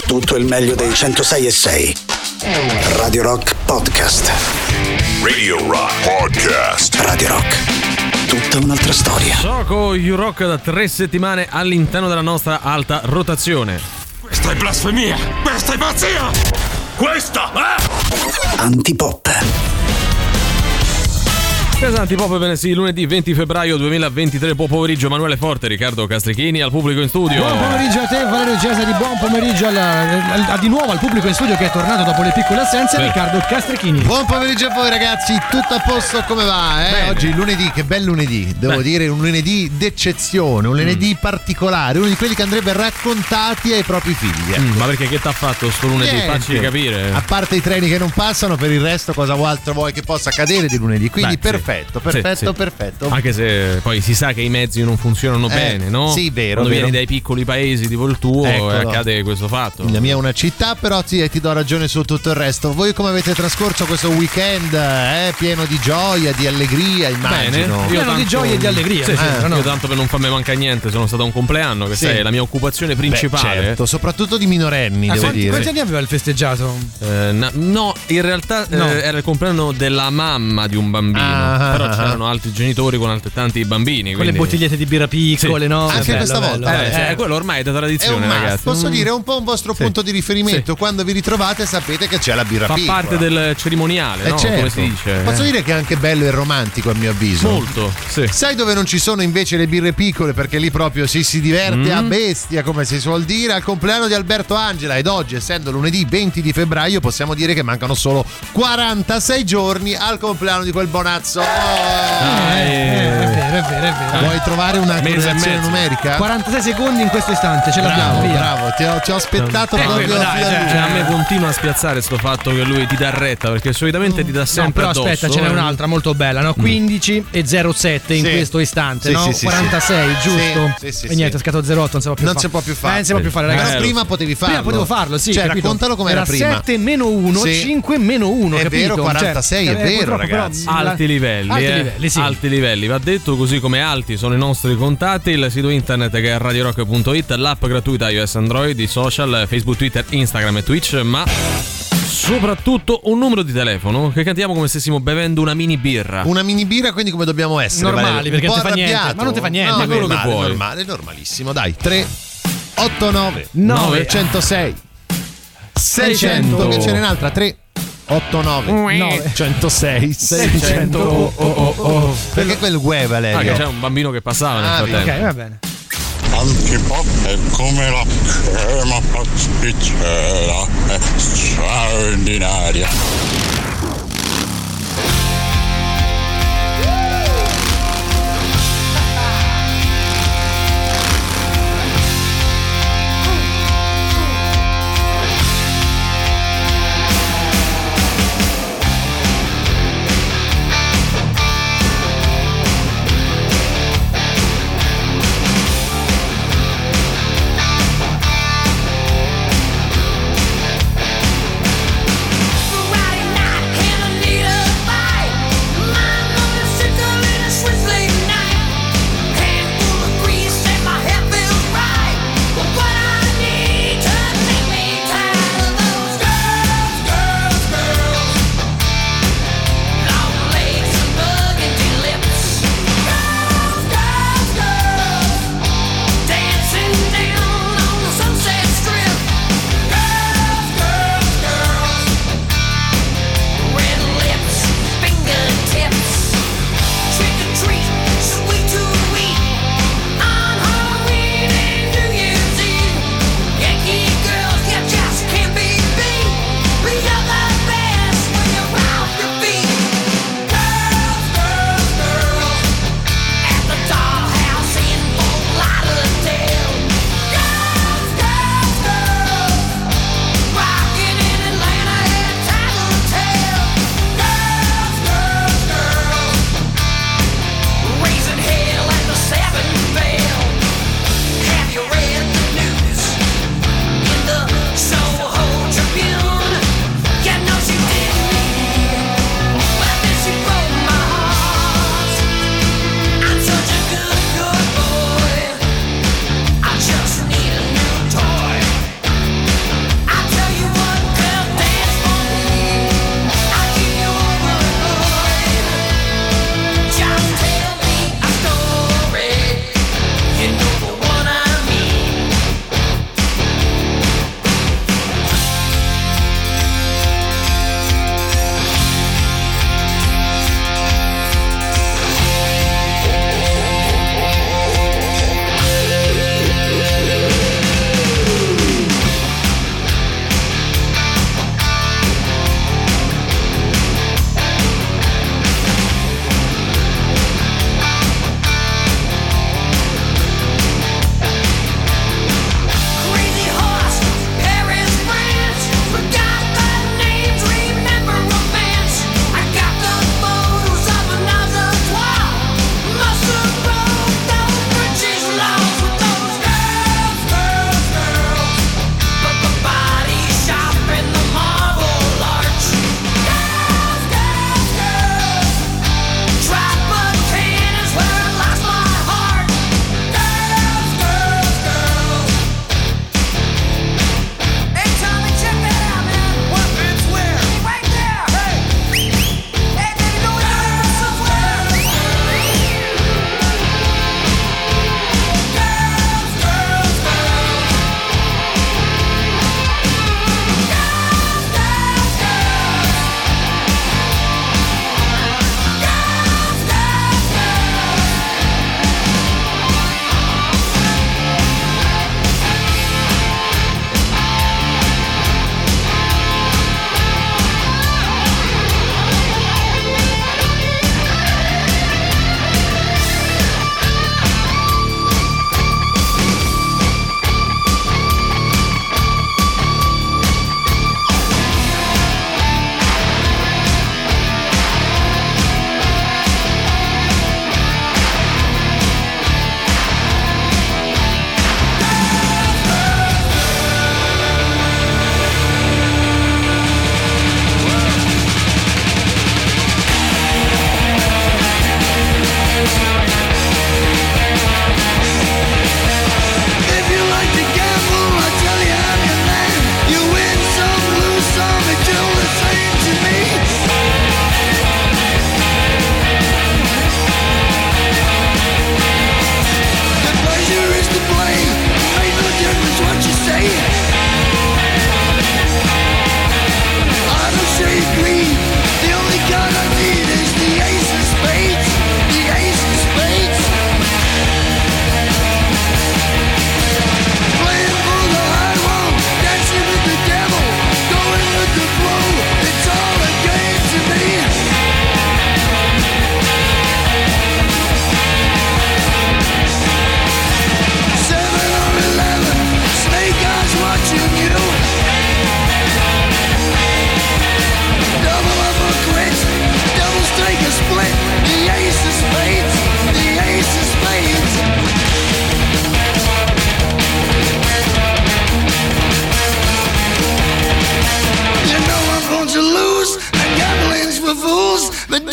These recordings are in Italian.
tutto il meglio dei 106.6. Radio Rock Podcast. Radio Rock Podcast. Radio Rock. Tutta un'altra storia. Soco You Rock da 3 settimane all'interno della nostra alta rotazione. Questa è blasfemia! Questa è pazzia! Questa è... Antipop. Pesanti Pop, venerdì, lunedì 20 febbraio 2023, buon pomeriggio Emanuele Forte, Riccardo Castrichini al pubblico in studio. Buon pomeriggio a te Valerio Cesari, buon pomeriggio di nuovo al pubblico in studio che è tornato dopo le piccole assenze, Riccardo Castrichini. Buon pomeriggio a voi ragazzi, tutto a posto, come va? Oggi lunedì, che bel lunedì, devo dire, un lunedì d'eccezione, un lunedì particolare, uno di quelli che andrebbe raccontati ai propri figli. Ma perché che t'ha fatto sto lunedì? Facci capire. A parte i treni che non passano, per il resto cosa altro vuoi che possa accadere di lunedì? Quindi perfetto. Anche se poi si sa che i mezzi non funzionano bene, no? Sì, vero. Quando vieni dai piccoli paesi tipo il tuo, accade questo fatto. La mia è una città, però sì, ti do ragione su tutto il resto. Voi come avete trascorso questo weekend? Pieno di gioia, di allegria, immagino. Bene, pieno di gioia e di allegria. Sì, io tanto per non farmi mancare niente, sono stato a un compleanno, che è la mia occupazione principale. Certo, soprattutto di minorenni, devo dire. Quanti anni aveva il festeggiato? No, in realtà era il compleanno della mamma di un bambino. Però c'erano altri genitori con altrettanti bambini. Con le bottigliette di birra piccole, no? Anche questa volta. Quello ormai è da tradizione, ragazzi. Posso dire, è un po' un vostro punto di riferimento. Quando vi ritrovate sapete che c'è la birra piccola. Fa parte del cerimoniale, no? Certo. Come si dice? Posso dire che è anche bello e romantico, a mio avviso. Molto, sì. Sai dove non ci sono invece le birre piccole? Perché lì proprio si diverte a bestia, come si suol dire, al compleanno di Alberto Angela. Ed oggi, essendo lunedì 20 di febbraio, possiamo dire che mancano solo 46 giorni al compleanno di quel bonazzo. È vero. Vuoi trovare una correlazione numerica? 46 secondi in questo istante, ce l'abbiamo. Bravo, ti ho aspettato proprio. A me continua a spiazzare sto fatto che lui ti dà retta, perché solitamente ti dà sempre però addosso. aspetta, ce n'è un'altra molto bella, no? 15 e 07 in questo istante, no? 46, giusto? Sì, e niente, è scattato 08, non si può più fare. Non si può più fare, ragazzi. Però prima potevi farlo. Prima potevo farlo, sì. Cioè, capito? raccontalo come era prima. 7 meno 1, 5 meno 1. È capito? vero, 46, è vero, ragazzi. Alti livelli, sì. Alti livelli, va detto, così come alti sono i nostri contatti, il sito internet che è radiorock.it, l'app gratuita iOS Android, i social, Facebook, Twitter, Instagram e Twitch, ma soprattutto un numero di telefono che cantiamo come se stessimo bevendo una mini birra. Una mini birra, quindi come dobbiamo essere? Normali, perché non ti fa niente. Ma non ti fa niente, no, quello che vuoi. Normale, normalissimo. Dai, 3 8 9 9 106 600. Che ce n'è un'altra? 3 8 9 106 600. Perché quel gue, Valerio? C'è un bambino che passava nel frattempo. Ok, va bene. Antipop è come la crema pasticcera, è straordinaria. Friday night.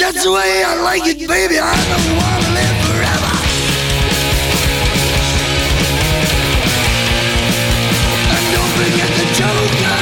that's the way I like it, baby. I don't wanna live forever. And don't forget the Joker.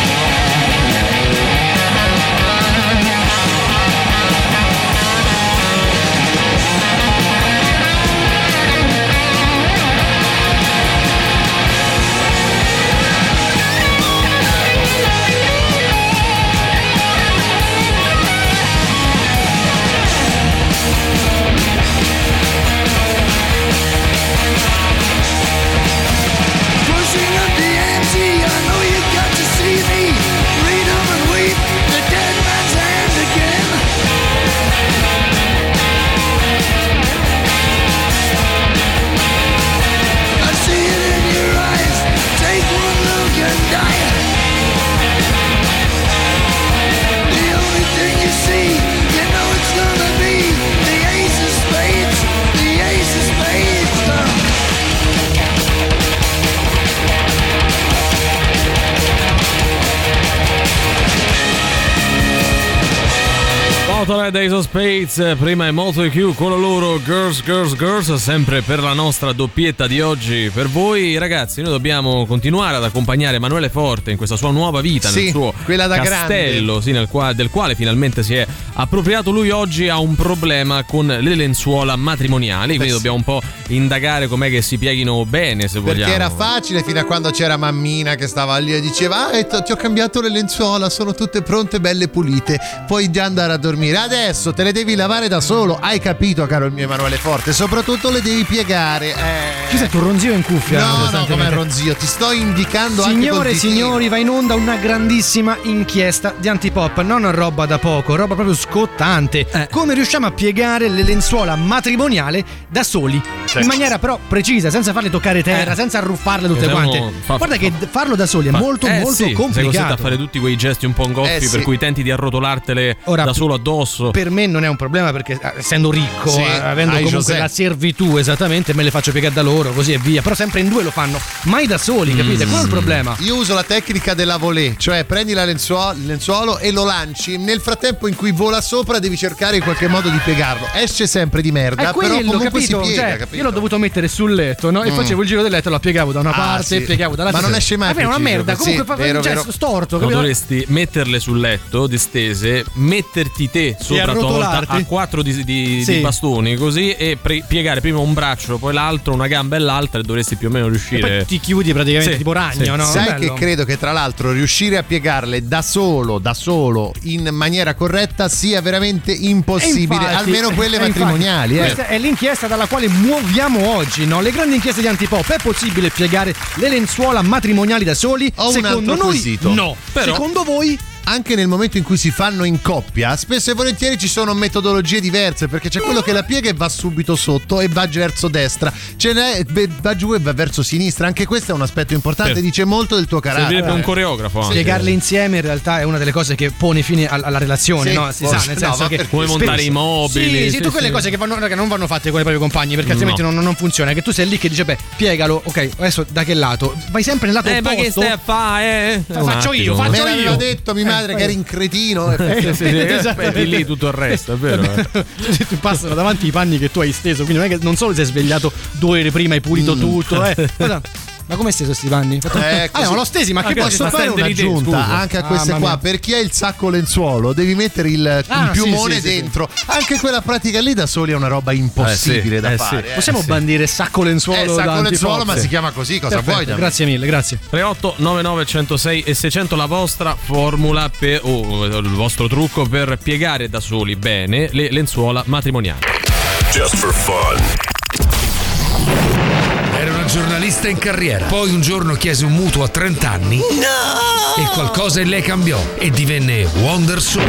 Days of Spades, prima è Motley Crue con la loro Girls, Girls, Girls, sempre per la nostra doppietta di oggi. Per voi ragazzi, noi dobbiamo continuare ad accompagnare Emanuele Forte in questa sua nuova vita, nel suo castello, sì, del quale finalmente si è appropriato. Lui oggi ha un problema con le lenzuola matrimoniali, quindi dobbiamo un po' indagare com'è che si pieghino bene, se vogliamo. Perché era facile fino a quando c'era mammina che stava lì e diceva: ti ho cambiato le lenzuola, sono tutte pronte, belle pulite, puoi già andare a dormire. Adesso te le devi lavare da solo, hai capito, caro il mio Emanuele Forte? Soprattutto le devi piegare. Chi sei, tu ronzio in cuffia? No, come ronzio, ti sto indicando. Signore anche e signori, va in onda una grandissima inchiesta di Antipop, non roba da poco, roba proprio scottante. Come riusciamo a piegare le lenzuola matrimoniale da soli, in maniera però precisa, senza farle toccare terra, senza arruffarle tutte quante. Guarda che farlo da soli è molto complicato. Sei costretto a fare tutti quei gesti un po' ingoffi, per cui tenti di arrotolartele da solo addosso. Per me non è un problema, perché essendo ricco, avendo comunque la servitù, esattamente, me le faccio piegare da loro, così e via. Però sempre in due lo fanno, mai da soli, capite? Quello è il problema. Io uso la tecnica della volée, cioè prendi il lenzuolo e lo lanci. Nel frattempo in cui vola sopra devi cercare in qualche modo di piegarlo. Esce sempre di merda, però comunque capito? Si piega, cioè, capito? Io l'ho dovuto mettere sul letto, no? E facevo il giro del letto, lo piegavo da una parte, piegavo dall'altra. Ma non esce mai. È una merda, comunque fa vero. Storto. No, dovresti metterle sul letto distese, metterti te sopra tua volta a 4 di bastoni così, e piegare prima un braccio, poi l'altro, una gamba e l'altra, e dovresti più o meno riuscire. E poi ti chiudi praticamente tipo ragno, no? Sai che credo che tra l'altro riuscire a piegarle da solo in maniera corretta sia veramente impossibile, almeno quelle matrimoniali. Questa è l'inchiesta dalla quale muoviamo oggi, no? Le grandi inchieste di Antipop. È possibile piegare le lenzuola matrimoniali da soli? Secondo noi quesito. No. Però, secondo voi? Anche nel momento in cui si fanno in coppia, spesso e volentieri ci sono metodologie diverse, perché c'è quello che la piega e va subito sotto e va verso destra, ce n'è va giù e va verso sinistra. Anche questo è un aspetto importante, dice molto del tuo carattere. Servirebbe un coreografico. Piegarle insieme in realtà è una delle cose che pone fine alla relazione, no? Si sa, nel senso che puoi montare i mobili. Sì, tutte quelle cose che non vanno fatte con i propri compagni, perché altrimenti non funziona. Che tu sei lì che dice: beh, piegalo, ok, adesso da che lato? Vai sempre nel lato opposto. Ma che stai a fare? Faccio io. Me l'aveva detto mia madre che eri un cretino. Vedi lì tutto il resto, è vero. Ti passano davanti i panni che tu hai steso, quindi non è che non solo sei svegliato 2 ore prima, hai pulito tutto, Ma come steso sti panni? Non l'ho stesi, ma che posso fare un'aggiunta anche a queste qua? Per chi ha il sacco lenzuolo, devi mettere il piumone dentro. Anche quella pratica lì da soli è una roba impossibile da fare. Possiamo bandire sacco lenzuolo? Sacco lenzuolo, ma si chiama così, cosa vuoi? Grazie mille, grazie. 38 99 106 e 600 la vostra formula il vostro trucco per piegare da soli bene le lenzuola matrimoniali. Just for fun. Era una giornalista in carriera. Poi un giorno chiese un mutuo a 30 anni. No! E qualcosa in lei cambiò e divenne Wonder Soul.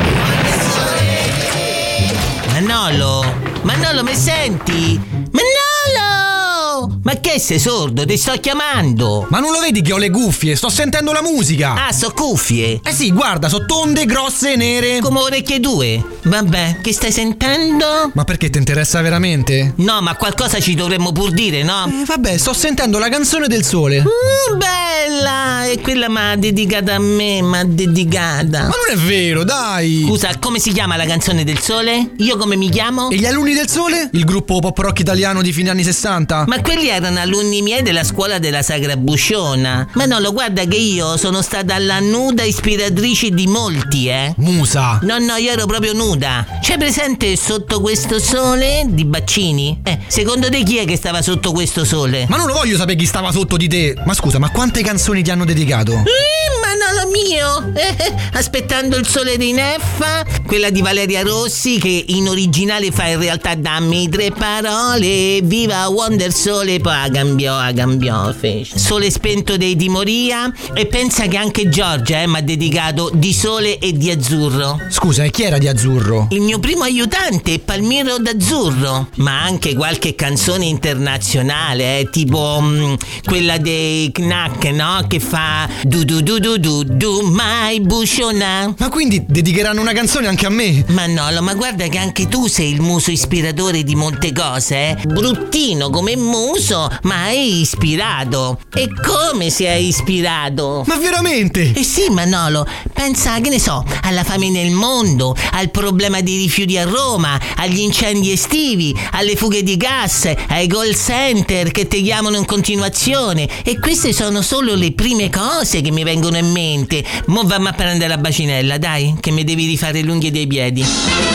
Manolo, mi senti? Manolo! Ma che sei sordo? Ti sto chiamando. Ma non lo vedi che ho le cuffie? Sto sentendo la musica. Ah, so cuffie. Eh sì, guarda, so tonde, grosse, nere. Come orecchie due. Vabbè, che stai sentendo? Ma perché ti interessa veramente? No, ma qualcosa ci dovremmo pur dire, no? Vabbè, sto sentendo la canzone del sole. Bella! E quella m'ha dedicata a me, m'ha dedicata. Ma non è vero, dai! Scusa, come si chiama la canzone del sole? Io come mi chiamo? E gli alunni del sole? Il gruppo pop rock italiano di fine anni 60? Ma quelli erano alunni miei della scuola della Sagra Busciona. Ma no, lo guarda che io sono stata la nuda ispiratrice di molti, Musa. No, io ero proprio nuda. C'è presente Sotto questo sole di Baccini? Secondo te chi è che stava sotto questo sole? Ma non lo voglio sapere chi stava sotto di te. Ma scusa, ma quante canzoni ti hanno dedicato? Manolo mio! Aspettando il sole di Neffa, quella di Valeria Rossi che in originale fa in realtà dammi 3 parole, viva Wonder Sole, poi cambiò, fece Sole spento dei Di Moria, e pensa che anche Giorgia mi ha dedicato Di sole e di azzurro. Scusa, e chi era di azzurro? Il mio primo aiutante, Palmiro d'Azzurro. Ma anche qualche canzone internazionale, tipo quella dei Knack, no? Che fa du mai busciona. Ma quindi dedicheranno una canzone anche a me? Manolo, ma guarda che anche tu sei il muso ispiratore di molte cose, Bruttino come muso, ma hai ispirato. E come sei ispirato? Ma veramente? Eh sì, Manolo, pensa, che ne so, alla fame nel mondo, al problema dei rifiuti a Roma, agli incendi estivi, alle fughe di gas, ai call center che ti chiamano in continuazione. E queste sono solo le prime cose che mi vengono in mente. Mo vammo a prendere la bacinella, dai, che mi devi rifare le unghie dei piedi.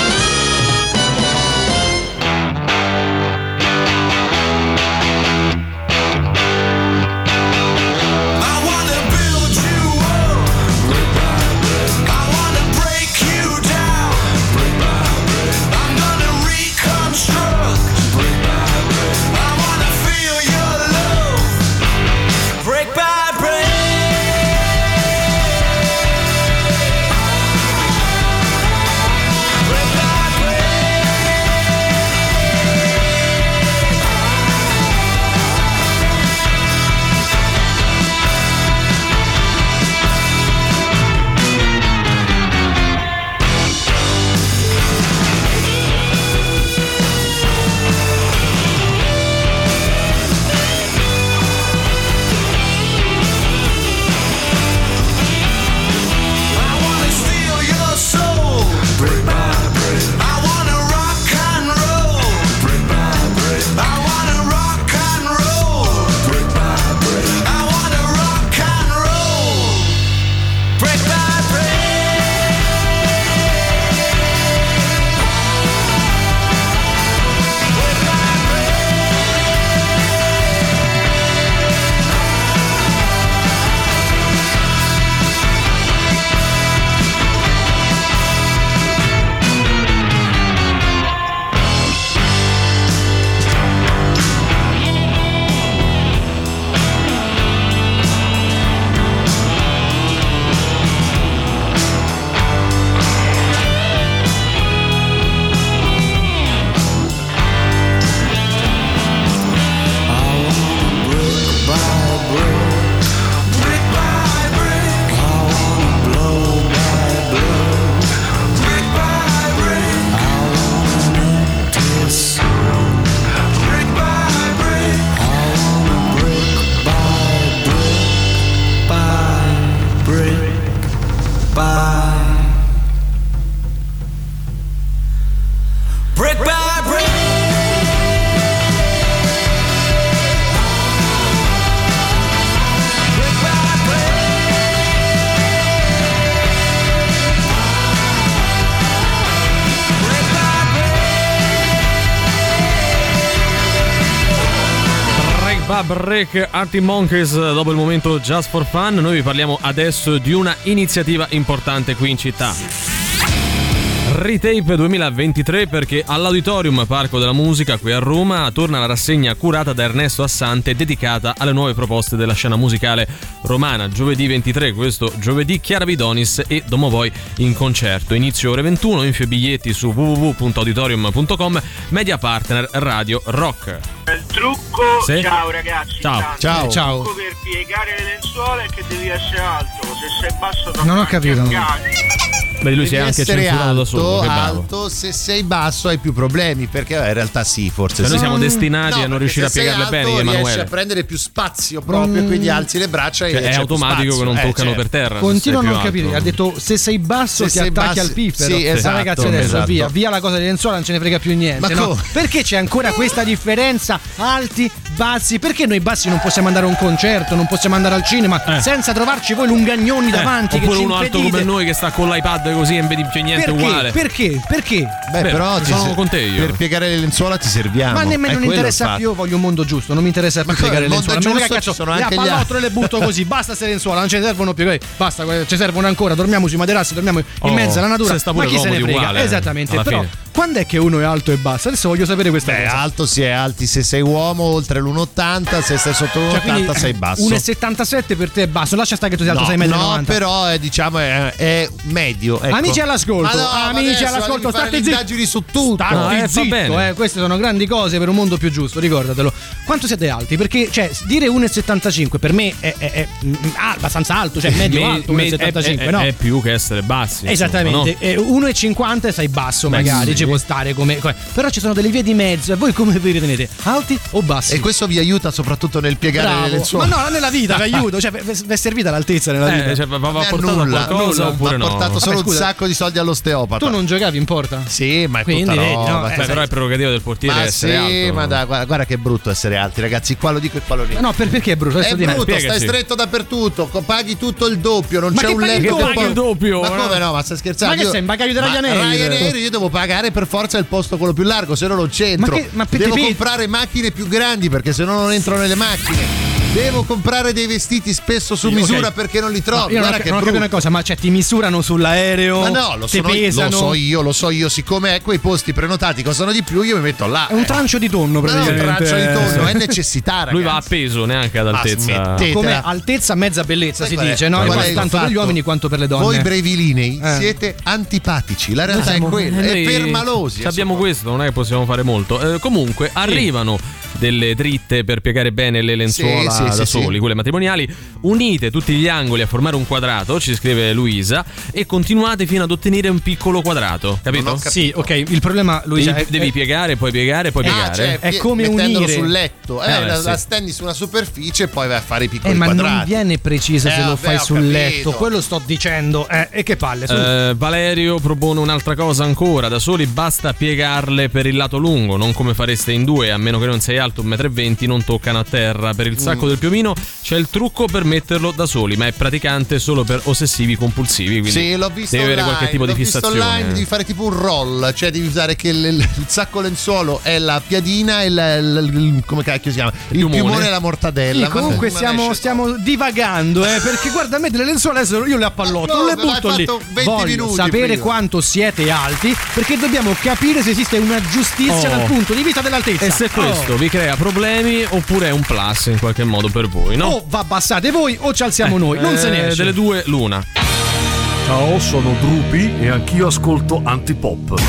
Break Arctic Monkeys dopo il momento Just for Fun. Noi vi parliamo adesso di una iniziativa importante qui in città. Retape 2023, perché all'Auditorium Parco della Musica qui a Roma torna la rassegna curata da Ernesto Assante dedicata alle nuove proposte della scena musicale romana. Giovedì 23, questo giovedì, Chiara Vidonis e Domovoi in concerto. Inizio ore 21, info e biglietti su www.auditorium.com, media partner Radio Rock. trucco, Sì? ciao ragazzi. Ciao. tanto. Ciao. Il Ciao. trucco per piegare le lenzuola è che devi essere alto. Se sei basso Non ho capito. Beh, lui si è Devi anche essere censurato da solo. Che bravo. alto, se sei basso hai più problemi, perché in realtà sì, forse Cioè, sì. noi siamo destinati No, a non perché riuscire a se sei piegarle bene, alto, riesci Emanuele. a prendere più spazio proprio, quindi alzi le braccia e Cioè, c'è è più automatico spazio. che non toccano certo. per terra. Continuo a se non sei più capire. alto. Ha detto se sei basso Se ti sei attacchi basso- al piffero. sì, esatto, Ragazzi, adesso esatto. via la cosa delle lenzuola, non ce ne frega più niente. Ma No? come? Perché c'è ancora questa differenza alti, bassi? Perché noi bassi non possiamo andare a un concerto, non possiamo andare al cinema senza trovarci voi lungagnoni davanti che Oppure ci uno alto impedite? come noi che sta con l'iPad così e vedi c'è niente Perché? uguale. Perché? Beh, Beh, però sono con te io. per piegare le lenzuola ti serviamo. Ma nemmeno È non quello interessa il fatto. più, io voglio un mondo giusto, non mi interessa più Ma come, piegare il le mondo lenzuola. giusto Cazzo, ci sono le anche gli pallottole le butto così, basta ste lenzuola, non ce ne servono più, basta, ci servono ancora, dormiamo sui materassi, dormiamo in mezzo alla natura. se sta Ma pure chi se ne comodi frega? uguale, Esattamente, alla però fine. quando è che uno è alto e basso? Adesso voglio sapere questa Beh, cosa. alto si è alti se sei uomo, oltre l'1,80, se stai sotto l'1,80 Cioè, quindi sei basso. 1,77 per te è basso, lascia stare che tu sei alto No, 6,90 m. no, però è medio. Ecco. Amici all'ascolto, Ma no, amici adesso all'ascolto, devi fare state le zitti. indagini su tutto. Stati No, va zitto, bene. queste sono grandi cose per un mondo più giusto, ricordatelo. Quanto siete alti? Perché, cioè, dire 1,75 per me è abbastanza alto, cioè medio alto, 1,75, no? È più che essere bassi. Esattamente, insomma, 1,50 sei basso Beh, magari, sì. ci può stare però ci sono delle vie di mezzo e voi come vi ritenete? Alti o bassi? E questo vi aiuta soprattutto nel piegare le Bravo. lenzuola. Ma no, nella vita vi aiuto, cioè vi è servita l'altezza nella vita. Cioè, va A me portato nulla, a qualcosa nulla. oppure Mi ha no? portato solo Vabbè, scusa, un sacco di soldi all'osteopata. Tu non giocavi in porta? Sì, ma è Quindi, tutta vedi, roba. no, Beh, però è prerogativa del portiere Ma essere sì, alto. ma dai, guarda che è brutto essere alti, ragazzi. Qua lo dico e qua lo dico. No, perché è brutto? È Adesso dimmi. brutto, stai spiegaci. stretto dappertutto, paghi tutto il doppio, non Ma c'è che un paghi letto il che doppio? Il doppio, Ma no? come no? Ma stai scherzando? Ma che sei, in bagaglio di Ryanair? Io devo pagare per forza il posto quello più largo, se no non c'entro. Ma per devo te- comprare macchine più grandi perché se no non entro nelle macchine. Devo comprare dei vestiti spesso su misura perché non li trovo. Io non ho Guarda che capito brutto. una cosa, ma cioè ti misurano sull'aereo? Ma no, ti pesano? lo so io, siccome quei posti prenotati costano di più, io mi metto là. È un trancio di tonno Ma non è un praticamente. traccio di tonno, è necessità, ragazzi. Lui va a peso, neanche ad Ma altezza. smettetela. Come altezza mezza bellezza Sai si qual è? dice, no? Qual E è poi il tanto per gli fatto? uomini quanto per le donne. Voi brevilinei Eh. siete antipatici, la realtà è quella, noi è permalosi. Abbiamo questo, non è che possiamo fare molto. Comunque, arrivano delle dritte per piegare bene le lenzuola Sì, da sì, soli, sì. quelle matrimoniali. Unite tutti gli angoli a formare un quadrato, ci scrive Luisa, e continuate fino ad ottenere un piccolo quadrato. Capito? Sì, ok, il problema Luisa Devi piegare, poi piegare, poi piegare. Cioè, È come mettendolo unire. sul letto, sì. la stendi su una superficie e poi vai a fare i piccoli ma quadrati. non viene preciso se lo vabbè, fai ho sul capito. letto, quello sto dicendo. E che palle, su. Valerio propone un'altra cosa ancora. Da soli basta piegarle per il lato lungo, non come fareste in due, a meno che non sei alto 1,20 m, non toccano a terra. Per il sacco del piumino c'è il trucco per metterlo da soli, ma è praticante solo per ossessivi compulsivi, quindi Sì, l'ho visto devi online, avere qualche tipo di l'ho visto fissazione. online, devi fare tipo un roll, cioè devi usare che il sacco lenzuolo è la piadina e il come cacchio si chiama? Il piumone e la mortadella. Sì, comunque Ma come esce? stiamo divagando, perché guarda, a me delle lenzuola adesso io le appallotto, No, non le me l'hai butto lì. fatto 20 Voglio minuti sapere prima. quanto siete alti, perché dobbiamo capire se esiste una giustizia dal punto di vista dell'altezza. E se questo vi crea problemi oppure è un plus in qualche modo per voi, no? O va abbassate voi o ci alziamo noi, non se ne esce. Delle due l'una. Ciao, sono Drupi e anch'io ascolto Antipop.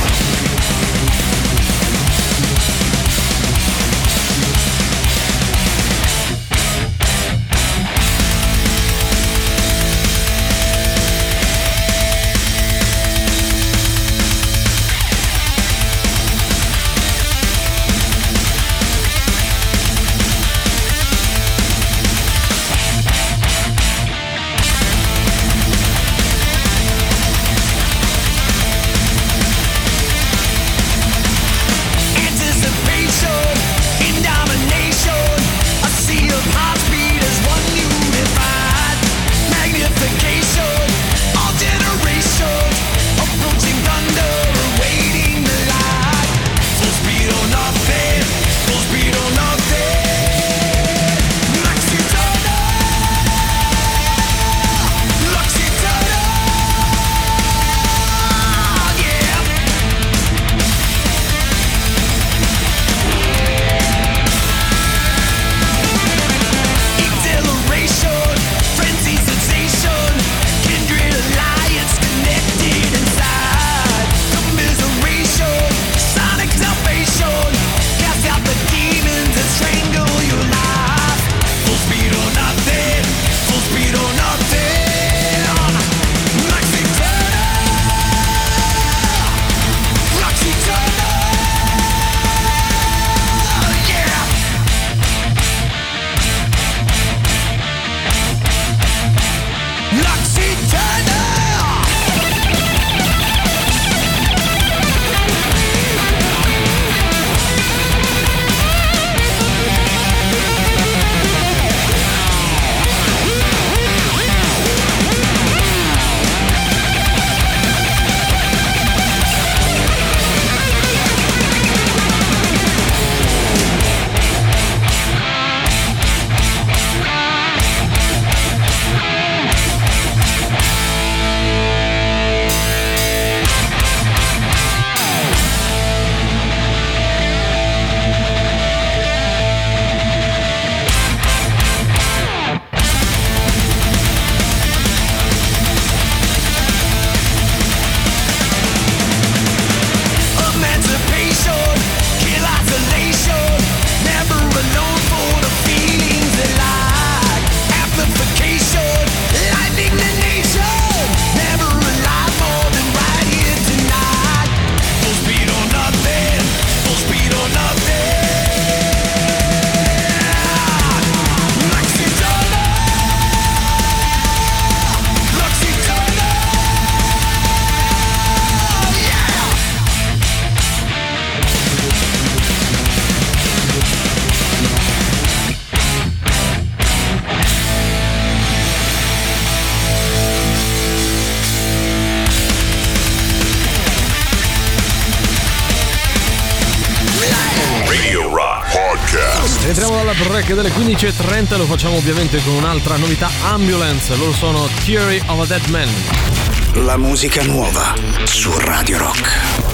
Entriamo dalla break delle 15.30, lo facciamo ovviamente con un'altra novità, Ambulance, loro sono Theory of a Dead Man. La musica nuova su Radio Rock.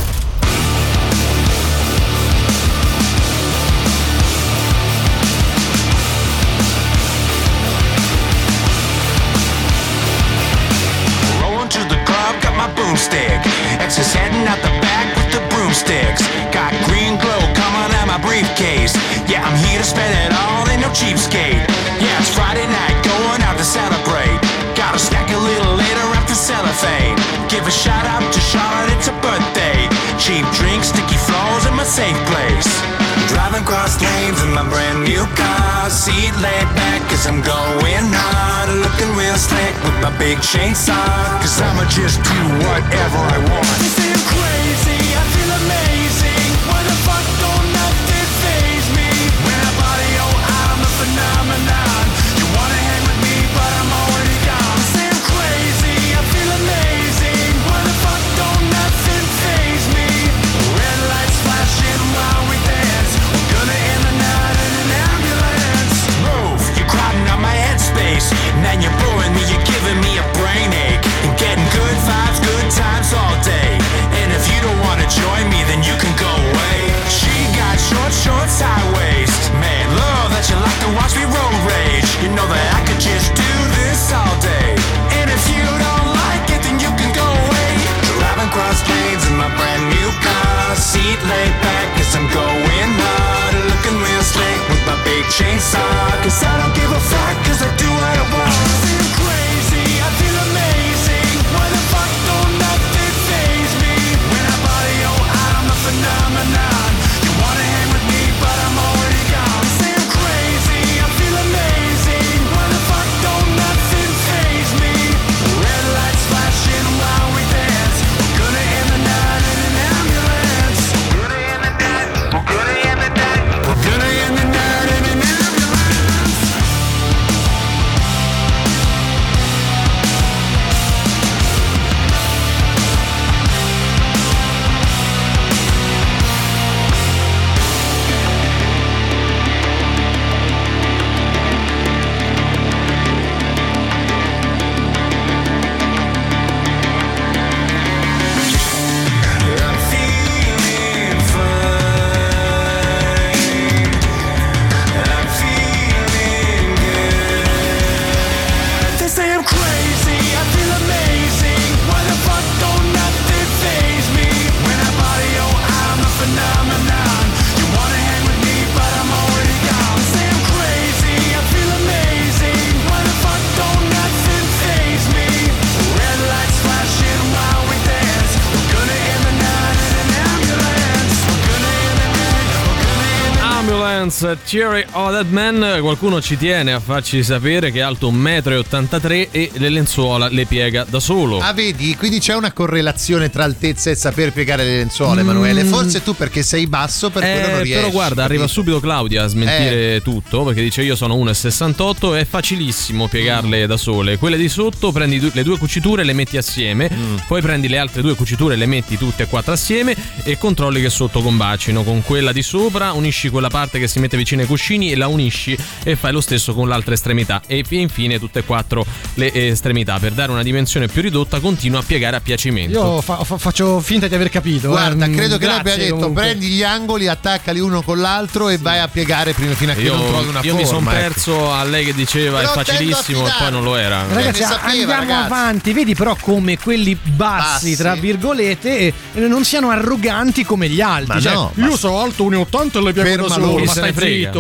Rolling to the club, got my boomstick. Exes heading out the back with the broomsticks. Got green glow coming out my briefcase. Yeah, I'm here to spend it all, ain't no cheapskate. Yeah, it's Friday night, going out to celebrate. Gotta stack a little later after cellophane. Give a shout out to Charlotte, it's her birthday. Cheap drinks, sticky floors in my safe place. Driving cross lanes in my brand new car. Seat laid back cause I'm going hard. Looking real slick with my big chainsaw. Cause I'ma just do whatever I want. They say I'm crazy, I feel amazing. Why the fuck don't nothing faze me? When I body, oh I'm a phenomenon. You wanna hang with me but I'm already gone. They say I'm crazy, I feel amazing. Why the fuck don't nothing faze me? Red lights flashing while we dance. We're gonna end the night in an ambulance. Move, you're crowding out my headspace. Man, you're boring me, you're giving me a brain ache. And getting good vibes, good times all day. And if you don't wanna join me, then you can go away. She got short shorts, high waist. Man, love that you like to watch me road rage. You know that I could just do this all day. And if you don't like it, then you can go away. Driving cross lanes in my brand new car. Seat laid back cause I'm going hard. Looking real slick with my big chainsaw. Cause I don't give a fuck cause I do what I want. I feel crazy, I feel amazing. Why the fuck don't nothing faze me? When I body, oh I'm a phenomenon. You wanna hang with me but I'm already gone. Say I'm crazy, I feel amazing. Why the fuck don't nothing faze me? Red lights flashing while we dance. We're gonna end the night in an ambulance. We're gonna end the night. We're gonna end the night. We're gonna end the night in an ambulance. I'm feeling fine. I'm feeling good. They say I'm crazy, I feel amazing. Why the fuck don't nothing faze me? When I body, oh I'm a phenomenon. You wanna hang with me, but I'm already gone. Say I'm crazy, I feel amazing. Why the fuck don't nothing faze me? Red lights flashing while we dance. We're gonna end the night in an ambulance. We're gonna end the night. We're gonna end the night. Ambulance, Theory of a Dead Man. Qualcuno ci tiene a farci sapere che è alto 1,83 m e le lenzuola le piega da solo. Ah, vedi? Quindi c'è una correlazione tra altezza e saper piegare le lenzuola, Emanuele. Forse tu perché sei basso, per quello non riesci. Però guarda, arriva subito Claudia a smentire tutto, perché dice io sono 1,68 e è facilissimo piegarle da sole. Quelle di sotto prendi le due cuciture e le metti assieme, poi prendi le altre due cuciture e le metti tutte e quattro assieme e controlli che sotto combacino. Con quella di sopra unisci quella parte che si mette vicino ai cuscini e la unisci e fai lo stesso con l'altra estremità e infine tutte e quattro le estremità. Per dare una dimensione più ridotta continua a piegare a piacimento. Io faccio finta di aver capito. Guarda, credo che Grazie, l'abbia detto. comunque. Prendi gli angoli, attaccali uno con l'altro e vai a piegare fino a che non trovi una forma. Io mi sono perso a lei che diceva Però è facilissimo e poi non lo era. Ragazzi, andiamo avanti. Vedi però come quelli bassi, tra virgolette, non siano arroganti come gli alti. Ma cioè, no, io sono alto 1,80 e le piego da solo. Ma stai zitto.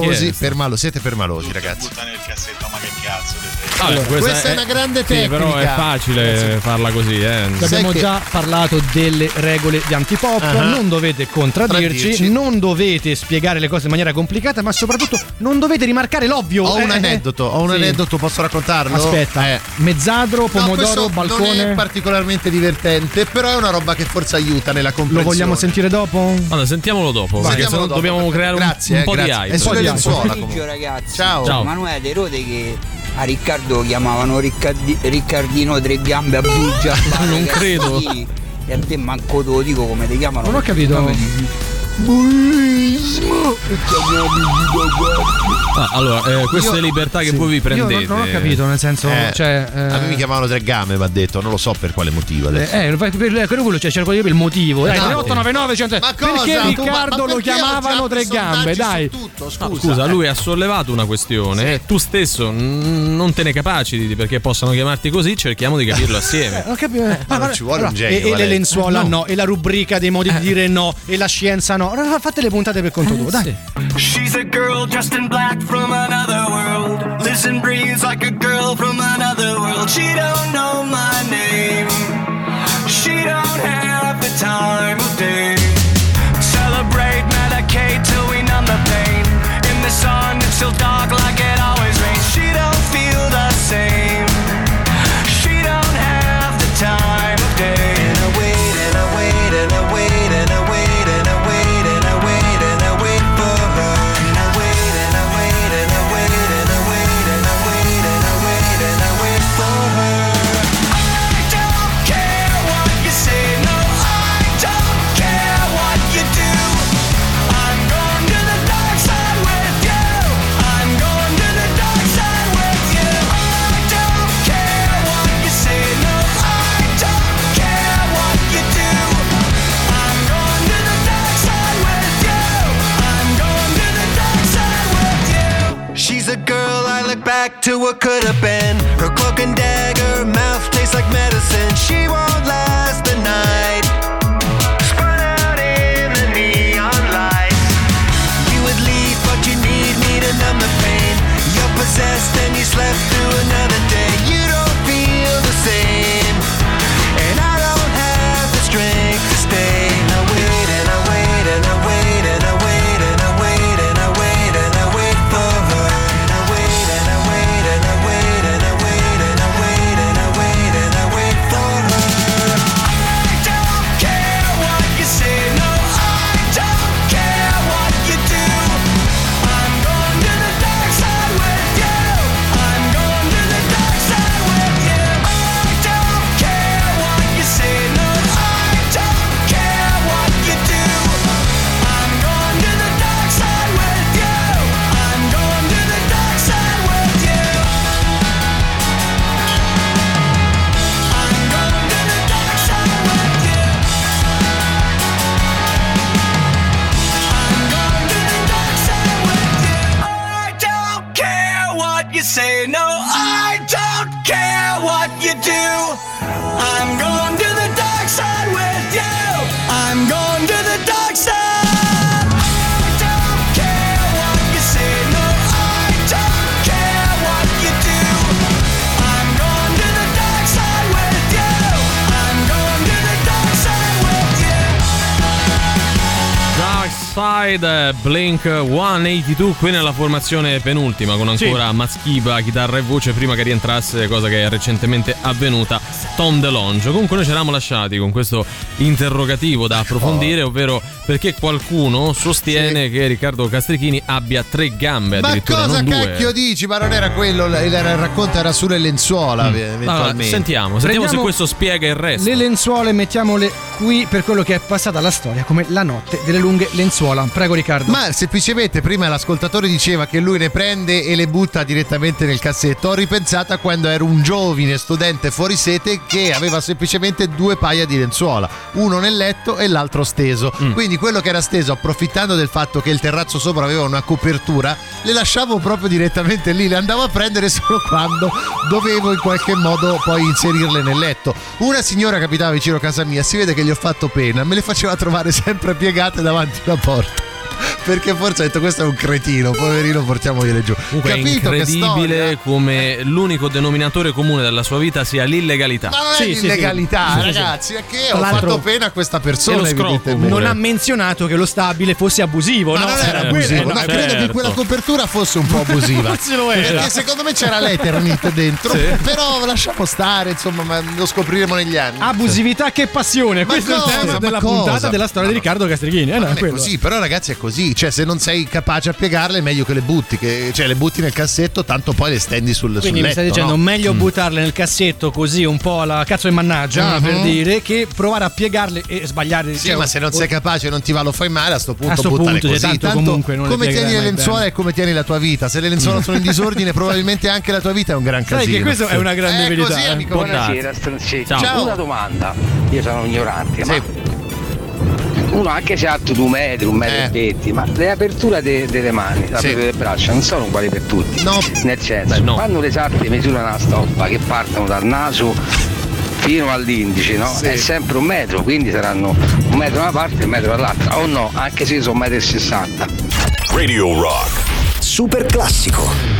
Siete permalosi, ragazzi. Butta nel cassetto, ma che cazzo di Allora, questa è una grande tecnica. Sì, però è facile farla così. Abbiamo già parlato delle regole di Antipop. Non dovete contraddirci, non dovete spiegare le cose in maniera complicata, ma soprattutto non dovete rimarcare l'ovvio. Ho un aneddoto, posso raccontarlo? Aspetta, mezzadro, pomodoro, balcone. Non è particolarmente divertente, però è una roba che forse aiuta nella comprensione. Lo vogliamo sentire dopo? Allora, sentiamolo dopo, perché se no dobbiamo creare un po' di hype. È sulle lenzuola. Ragazzi, Ciao. Emanuele, Erode che a Riccardo chiamavano Riccardino tre gambe a bugia. Non credo. E a te manco te lo dico come ti chiamano. Non ho capito. bullismo e chiamiamoci allora, queste libertà che voi vi prendete. Io non ho capito, nel senso, a me mi chiamavano Tre Gambe, mi ha detto, non lo so per quale motivo adesso. Quello cerco di capire il motivo. Dai, 3899 Ma cosa? perché Riccardo lo chiamavano Tre Gambe? Dai. Scusa, lui ha sollevato una questione, tu stesso non te ne capaciti perché possano chiamarti così, cerchiamo di capirlo assieme. Ho capito. Non ci vuole un genio. E le lenzuola no, e la rubrica dei modi di dire no, e la scienza no. Fate le puntate per conto tuo, dai. She's a girl dressed in black from another world. Lives and breathes like a girl from another world. She don't know my name. She don't have the time of day. Celebrate, medicate till we numb the pain. In the sun it's still dark like it always rains. She don't feel the same. She don't have the time of day. And I wait and I wait and I wait and I wait and I wait and I wait and I wait for her. And I wait and I wait and I wait and I wait and I wait and I wait and I wait for her. I don't care what you say, no, I don't care what you do. I'm going to the dark side with you. I'm going to the dark side with you. I don't care what you say, no, I don't care what you do. I'm going to the dark side with you. I'm going to the dark side with you. She's a girl I look back to what could have been. Her cloak and dagger, mouth tastes like medicine. She won't last the night. Spun out in the neon lights. You would leave, but you need me to numb the pain. You're possessed and you slept through another day. You don't feel the same, and I don't have the strength to stay. And I wait and I wait and I wait and I wait and I wait and I wait and I wait for her. And I wait and I wait and I wait and I wait and I wait and I wait and I wait for her. I don't care what you say, no, I don't care what you do. I'm going to the dark side with you. I'm going to the dark side with you. I don't care what you say, no, I don't care what you do. I'm going to the dark side with you. I'm going to the dark side with you. I'm going to the dark side with you. I'm going to the dark side with you. I don't care what you say, no, I don't care what you do. I'm going to the dark side with you. I'm going to the dark side. I don't care what you say, no, I don't care what you do. I'm going to the dark side with you. I'm going to the dark side with you. Dark Side, Blink 182, qui nella formazione penultima con ancora Maschiba, chitarra e voce prima che rientrasse, cosa che è recentemente avvenuta, Tom DeLonge. Comunque noi ci eravamo lasciati con questo interrogativo da approfondire, ovvero perché qualcuno sostiene che Riccardo Castrichini abbia tre gambe, addirittura cosa non due. cacchio dici? Ma non era quello, il racconto era sulle lenzuola eventualmente. Allora, sentiamo se questo spiega il resto. Le lenzuole mettiamole qui per quello che è passata alla storia come la notte delle lunghe lenzuola. Prego Riccardo. Ma semplicemente prima l'ascoltatore diceva che lui ne prende e le butta direttamente nel cassetto. Ho ripensato a quando ero un giovane studente fuori sete che aveva semplicemente due paia di lenzuola, uno nel letto e l'altro steso. Quindi quello che era steso, approfittando del fatto che il terrazzo sopra aveva una copertura, le lasciavo proprio direttamente lì, le andavo a prendere solo quando dovevo in qualche modo poi inserirle nel letto. Una signora che abitava vicino a casa mia, si vede che gli ho fatto pena, me le faceva trovare sempre piegate davanti alla porta. Perché forse ha detto questo è un cretino, poverino, portiamogliele giù. Comunque Capito è incredibile come l'unico denominatore comune della sua vita sia l'illegalità. Ma non è l'illegalità, ragazzi, è che ho fatto pena a questa persona. Non ha menzionato che lo stabile fosse abusivo, no? Non era abusivo, no, credo che quella copertura fosse un po' abusiva. Forse lo era. Perché secondo me c'era l'Eternit dentro, però lasciamo stare, insomma, ma lo scopriremo negli anni. Abusività che passione, questo è il tema della puntata della storia di Riccardo Castrichini. Non è così, però ragazzi è così. sì, cioè se non sei capace a piegarle è meglio che le butti, cioè le butti nel cassetto, tanto poi le stendi sul letto. Quindi mi stai dicendo meglio buttarle nel cassetto così un po' alla cazzo e mannaggia, per dire, che provare a piegarle e sbagliare. Sì, ma se non sei capace non ti va, lo fai male, a sto punto buttale punto, così. tanto comunque non come le tieni le lenzuola bene. e come tieni la tua vita. Se le lenzuola sono in disordine probabilmente anche la tua vita è un gran casino. Sai che questo è una grande verità. Così, amico. Buonasera, Stronzetti. Ciao. Una domanda. Io sono ignorante, ma uno anche se ha 2 metri, 1,20 metri, ma le aperture delle mani, le aperture delle braccia non sono uguali per tutti. No. Nel senso, quando le sarti misurano la stoppa che partono dal naso fino all'indice, no? È sempre 1 metro, quindi saranno 1 metro da una parte e 1 metro dall'altra, o no? Anche se io sono 1,60 m. Radio Rock. Super classico.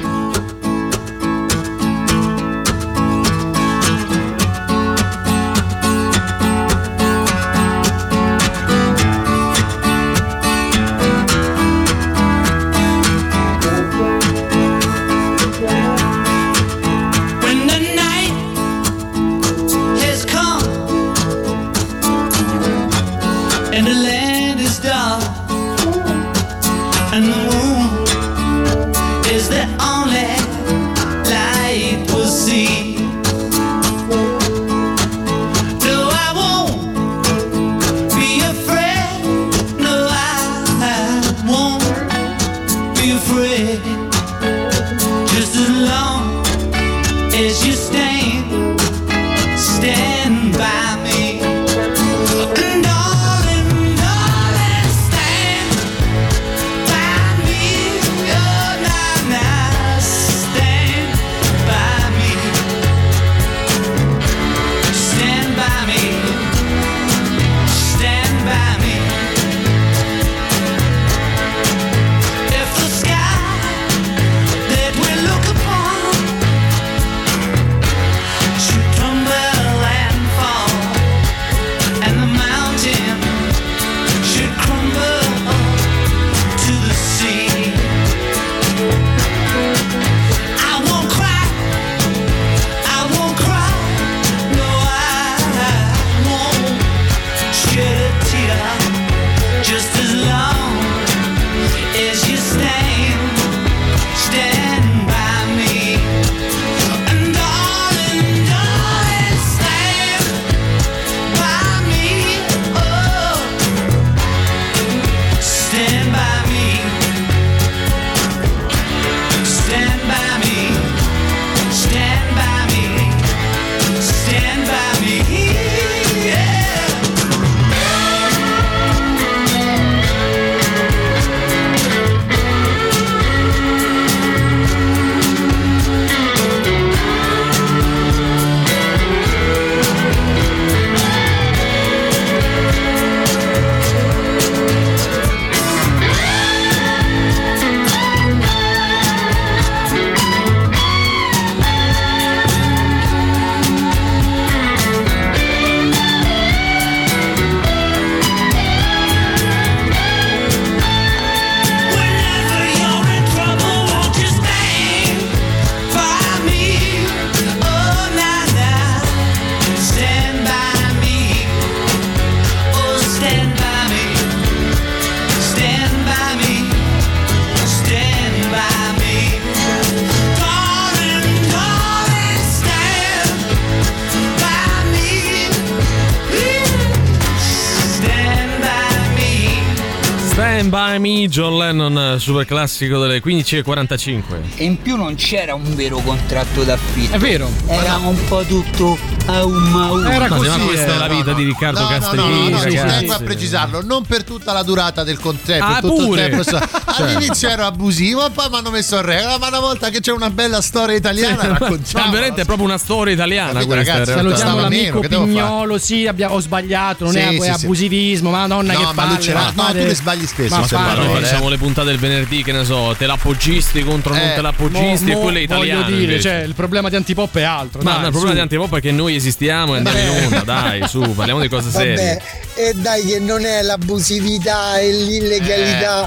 Stand By Me, John Lennon, super classico delle 15:45. E in più non c'era un vero contratto d'affitto. È vero. Era un po' tutto a un Era così. Ma questa è la vita di Riccardo Castrichini. No, ragazzi. tengo a precisarlo, non per tutta la durata del contratto. Ah, tutto pure. il tempo. All'inizio ero abusivo, poi mi hanno messo in regola. Ma una volta che c'è una bella storia italiana, raccontiamo. No, veramente è proprio una storia italiana. Capito, questa, ragazzi, in realtà. Salutiamo l'amico che devo Pignolo, sì, ho sbagliato, non è abusivismo, madonna no, che ma palle. lui ce l'ha. No, tu le sbagli spesso. Facciamo le puntate del venerdì, che ne so, te l'appoggisti contro non te l'appoggisti e quelle italiane. Voglio dire, invece. cioè, il problema di Antipop è altro. Ma dai, il problema di Antipop è che noi esistiamo e andiamo in onda, dai, su, parliamo di cose serie. Vabbè, e dai che non è l'abusività e l'illegalità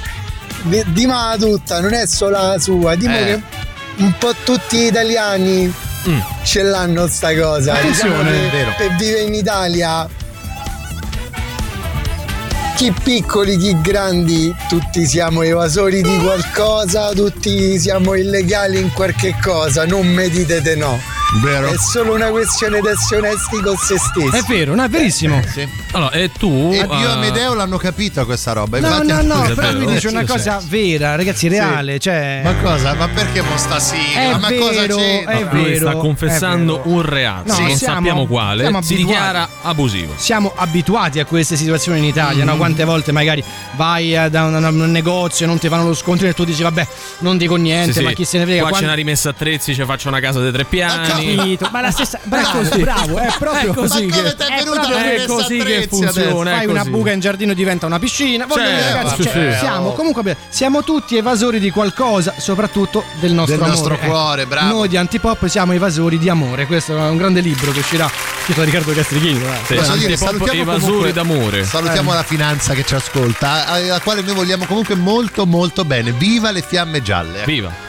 di ma tutta, non è solo la sua, diciamo che un po' tutti gli italiani ce l'hanno sta cosa. Attenzione, diciamo è vero. Per vivere in Italia chi piccoli, chi grandi, tutti siamo evasori di qualcosa, tutti siamo illegali in qualche cosa, non me dite no. Vero. È solo una questione di essere onesti con se stessi. È vero, no, è verissimo. Sì. Allora, e tu? E Dio e Amedeo l'hanno capito questa roba. No, Infatti, no, Scusa, però è mi vero. dice una cosa vera, ragazzi, reale, cioè. Ma cosa? Ma perché mo sta sigla? Ma cosa vero, c'entra? è Lui vero, sta confessando è vero. un reato, No, non siamo- sappiamo quale, siamo si abituati. dichiara abusivo. Siamo abituati a queste situazioni in Italia, no? Quante volte magari vai da un negozio e non ti fanno lo sconto e tu dici vabbè, non dico niente, Sì, ma sì. chi se ne frega. Qua Quando- c'è una rimessa attrezzi, ci faccio una casa dei 3 piani. Capito, ma la stessa bravo, è proprio È così Ma che come t'è venuta proprio- la è rimessa così che attrezzi funziona. fai è una così. buca in giardino diventa una piscina. Voglio dire, Certo, ragazzi, sì, cioè, sì. siamo comunque siamo tutti evasori di qualcosa, soprattutto del nostro Del amore. nostro cuore, bravo. Noi di Antipop siamo evasori di amore. Questo è un grande libro che uscirà scritto da Riccardo Castrichino. Sì, Posso dire, Antipop salutiamo evasori comunque- d'amore. Salutiamo la finanza che ci ascolta, alla quale noi vogliamo comunque molto molto bene. Viva le fiamme gialle. Viva.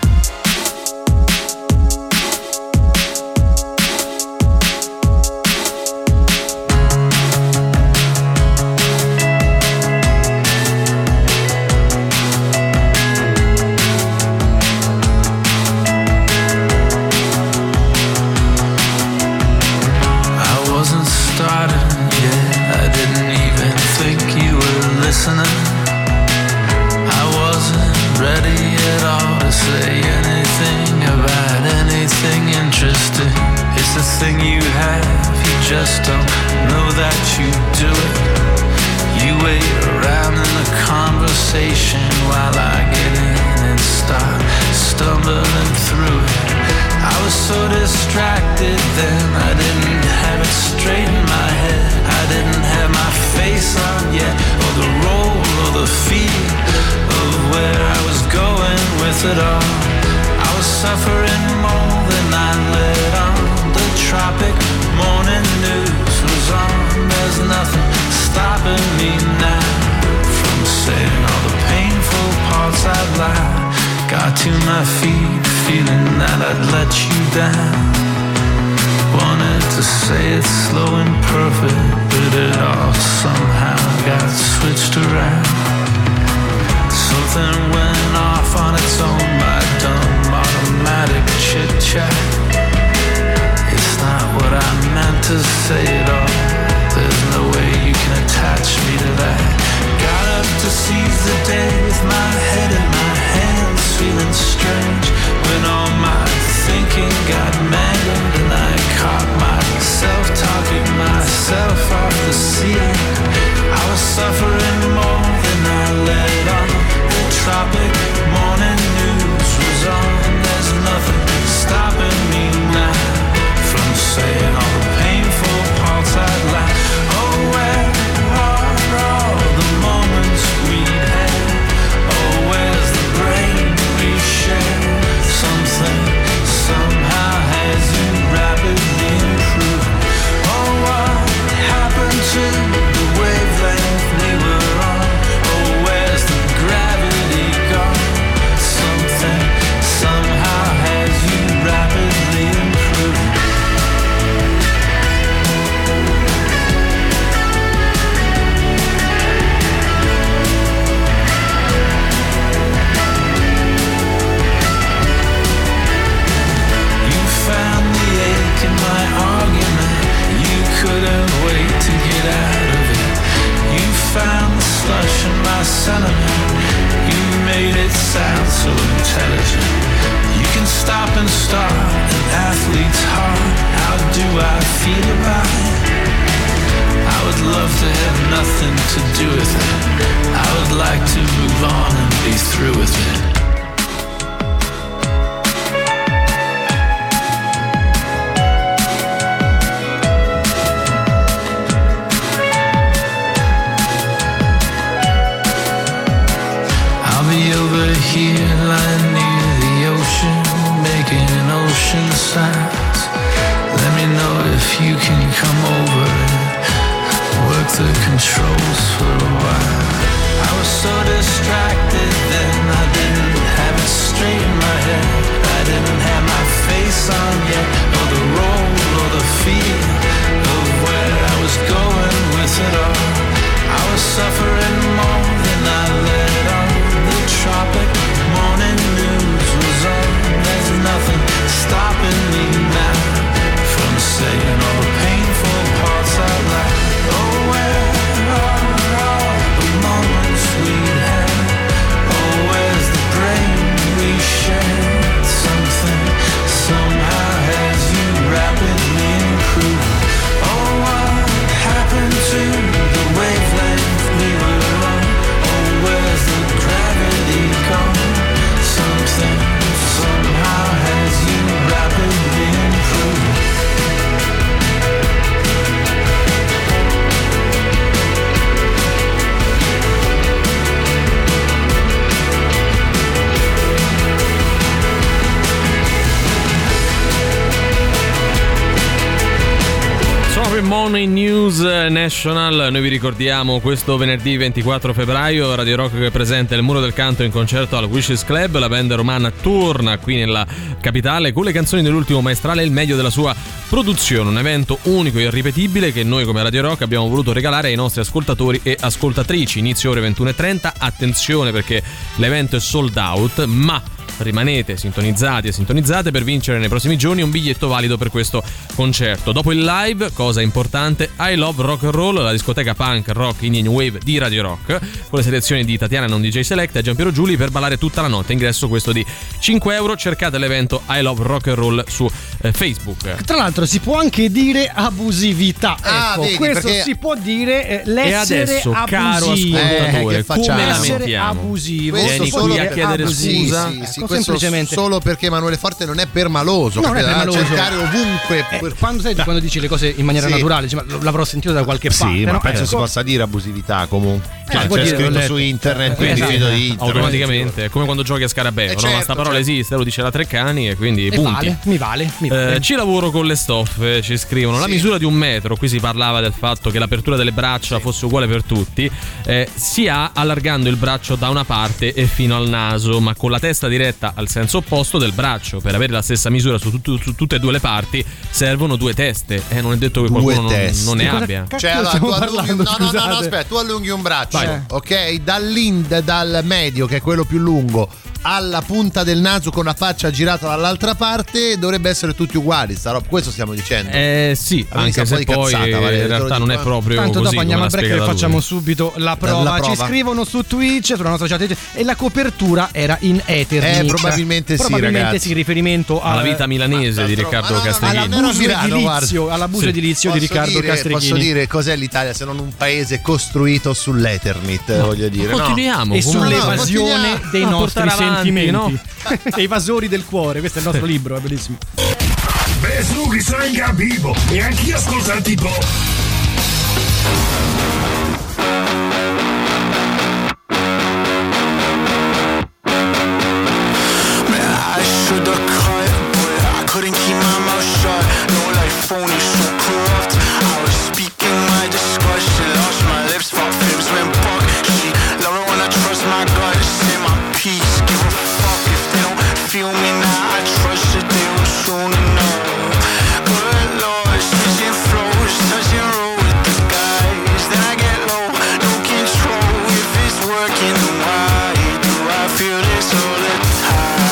I wasn't starting yet. I didn't even think you were listening. I wasn't ready at all to say anything about anything interesting. It's the thing you have, you just don't know that you do it. You wait around in the conversation while I get in and start stumbling through it. I was so distracted then, I didn't have it straight in my head. I didn't have my face on yet, or the role or the feel of where I was going with it all. I was suffering more than I let on. The tropic morning news was on. There's nothing stopping me now from saying all the painful parts I'd lied. Got to my feet, feeling that I'd let you down. Wanted to say it slow and perfect, but it all somehow got switched around. Something went off on its own, my dumb automatic chit-chat. It's not what I meant to say at all. There's no way you can attach me to that. Got up to seize the day with my head in my hands, feeling strange when all my thinking got mangled and I caught myself talking myself off the ceiling. I was suffering more than I let on. The tropic morning news was on. There's nothing stopping me now from saying all the painful parts I'd like. Oh, where are all the moments we had? Oh, where's the brain we share? Something somehow has you rapidly improved. Oh, what happened to the wavelength we were on? Oh, where's the gravity gone? Something somehow has you rapidly improved. You found the ache in my argument. You couldn't wait to get out of it. You found the slush in my sentiment. You made it sound so intelligent. You can stop and start an athlete's heart. How do I feel about it? I would love to have nothing to do with it. I would like to move on and be through with it. I'll be over here lying near the ocean, making ocean sounds. Let me know if you can come over and work the controls for a while. I was so distracted then, I didn't have it straight in my head. I didn't have my face on yet, or the role or the feel of where I was going with it all. I was suffering Every Morning News National. Noi vi ricordiamo questo venerdì 24 febbraio Radio Rock che presenta il Muro del Canto in concerto al Wishes Club. La band romana torna qui nella capitale con le canzoni dell'ultimo maestrale e il meglio della sua produzione. Un evento unico e irripetibile che noi come Radio Rock abbiamo voluto regalare ai nostri ascoltatori e ascoltatrici. Inizio ore 21:30. Attenzione perché l'evento è sold out, ma rimanete sintonizzati e sintonizzate per vincere nei prossimi giorni un biglietto valido per questo concerto. Dopo il live, cosa importante, I Love Rock and Roll, la discoteca punk, rock, indie new wave di Radio Rock, con le selezioni di Tatiana Non DJ Select e Giampiero Giuli per ballare tutta la notte. Ingresso questo di €5. Cercate l'evento I Love Rock and Roll su Facebook. Tra l'altro si può anche dire abusività. Ecco, vedi, questo perché... si può dire l'essere e adesso, abusivo. Caro ascoltatore, come essere lamentiamo? abusivo. Vieni qui a chiedere scusa. Sì, semplicemente solo perché Emanuele Forte non è permaloso, non è permaloso. cercare ovunque quando dici le cose in maniera naturale dici, ma l'avrò sentito da qualche parte. Sì, ma no? penso si possa dire abusività comunque. C'è scritto su internet, quindi esatto. di internet. Automaticamente è come quando giochi a Scarabeo, no? Certo, Ma sta parola esiste, lo dice la Treccani e quindi punti. Mi vale. Ci lavoro con le stoffe, ci scrivono. La misura di 1 metro, qui si parlava del fatto che l'apertura delle braccia fosse uguale per tutti. Si ha allargando il braccio da una parte e fino al naso, ma con la testa diretta al senso opposto del braccio. Per avere la stessa misura su tutte e due le parti servono 2 teste. Non è detto che qualcuno non ne abbia. Cioè, allora, tu allunghi un braccio, ok? Dal medio, che è quello più lungo, alla punta del naso con la faccia girata dall'altra parte, dovrebbe essere tutti uguali. Questo stiamo dicendo. Sì, anche se poi in realtà non è proprio tanto così. Dopo andiamo al break e facciamo subito la prova. Ci scrivono su Twitch, sulla nostra chat, e la copertura era in Eternit. Probabilmente sì, riferimento alla vita milanese di Riccardo Castrichini. All'abuso edilizio di Riccardo Castrichini. Posso dire cos'è l'Italia se non un paese costruito sull'Eternit, voglio dire. Continuiamo. E sull'evasione dei nostri sentimenti, no? Dei evasori del cuore. Questo è il nostro libro, è bellissimo. Beh, su che sono in capivo e anch'io ascolto tipo. Phony, so corrupt. I was speaking my discussion, lost my lips, my fibs went buck. She love it when I trust my gut, say my peace. Give a fuck if they don't feel me now. I trust that they will soon enough. Good Lord, switching flows, touching road with the guys. Then I get low, no control. If it's working, then why do I feel this all the time?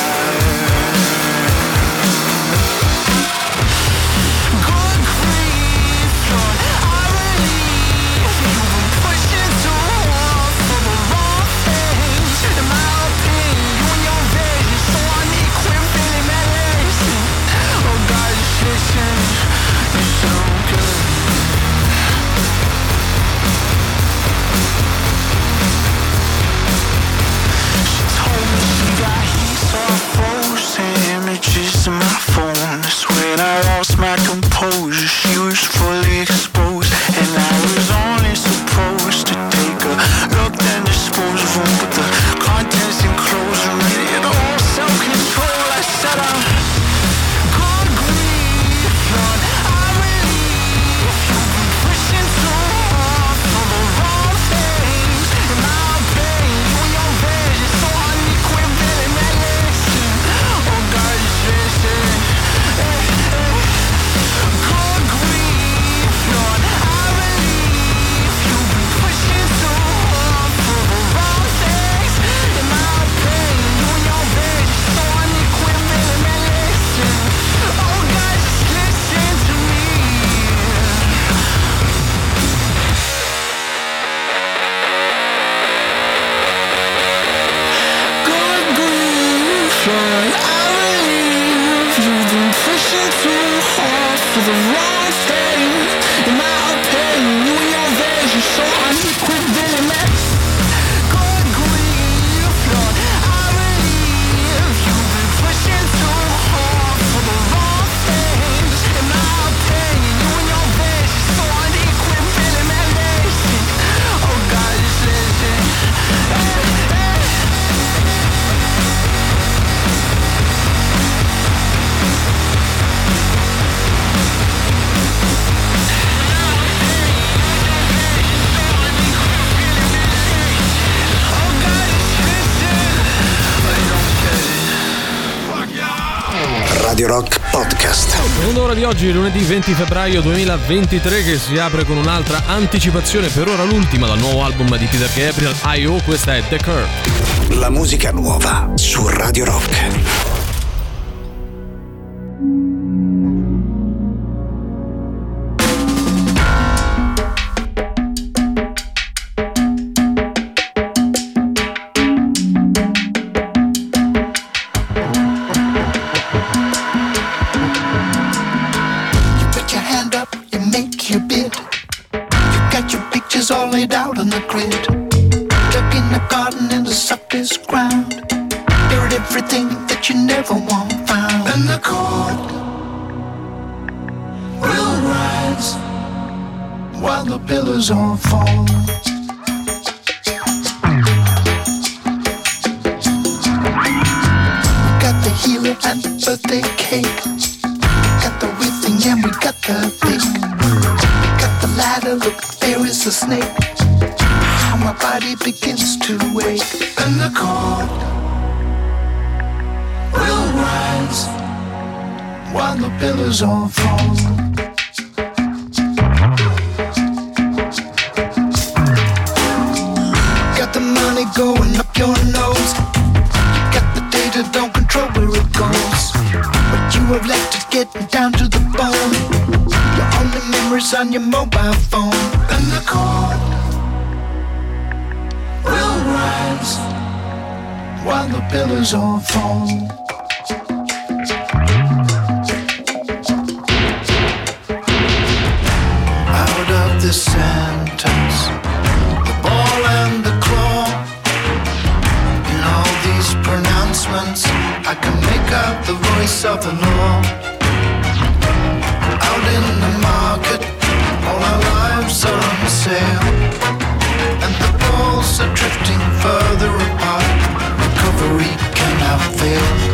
Images in my phone. That's when I lost my composure. She was fully exposed, and I was only supposed to take a look, then dispose of them. But the contents enclosed and made it all self-control. I said I'm good grief, Lord, I believe you've been pushing too hard for the wrong things. In my pain, you and your vision so unequivalent, man, listen. Oh God, just listen. Good grief, Lord, I believe you've been pushing too hard for the wrong things. In my pain, you and your vision so unequivalent, man, listen. Oh God, just listen to me. Good grief, Lord, I believe you've been pushing too hard for the wrong thing. In my opinion, you and your vision so unequivalent, man. Good grief, Lord, I believe you've been pushing too hard for the wrong things. In my opinion, you and your vision so unequivalent, man. Listen, oh God, just listen. Radio Rock Podcast. Seconda ora di oggi, lunedì 20 febbraio 2023, che si apre con un'altra anticipazione, per ora l'ultima, dal nuovo album di Peter Gabriel, I.O. Questa è The Curve. La musica nuova su Radio Rock. All laid out on the grid, dug in the garden in the softest ground, buried everything that you never want found. And the chord will rise while the pillars all fall. We got the healer and the birthday cake, we got the whipping and we got the bake. The ladder, look, there is a snake. How my body begins to wake. And the chord will rise while the pillars all fall. Got the money going up your nose. You got the data, don't control where it goes. But you have left it getting down to the bone. Your only memories on your mobile phone. And the chord will rise while the pillars all fall. Out of this sentence, the ball and the claw, in all these pronouncements, I can make out the voice of the law. Out in the market, all our lives are on sale, and the balls are drifting further apart. Recovery cannot fail.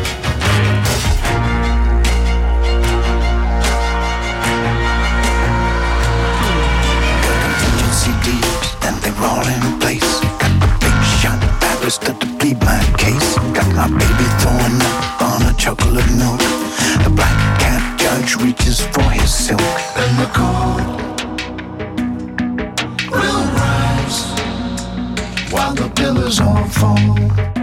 Contingency deeds, and they're all in place. Got the big shot barrister to plead my case. Got my baby throwing up on a chocolate milk. The black cat judge reaches for his silk. And the chord will rise while the pillars all fall.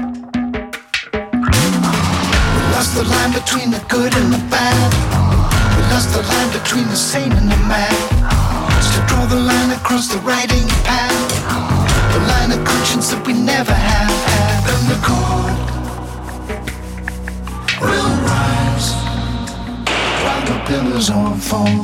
We lost the line between the good and the bad. We lost the line between the sane and the mad. Still draw the line across the writing pad, the line of conscience that we never have had. And the chord will rise while the pillars all fall.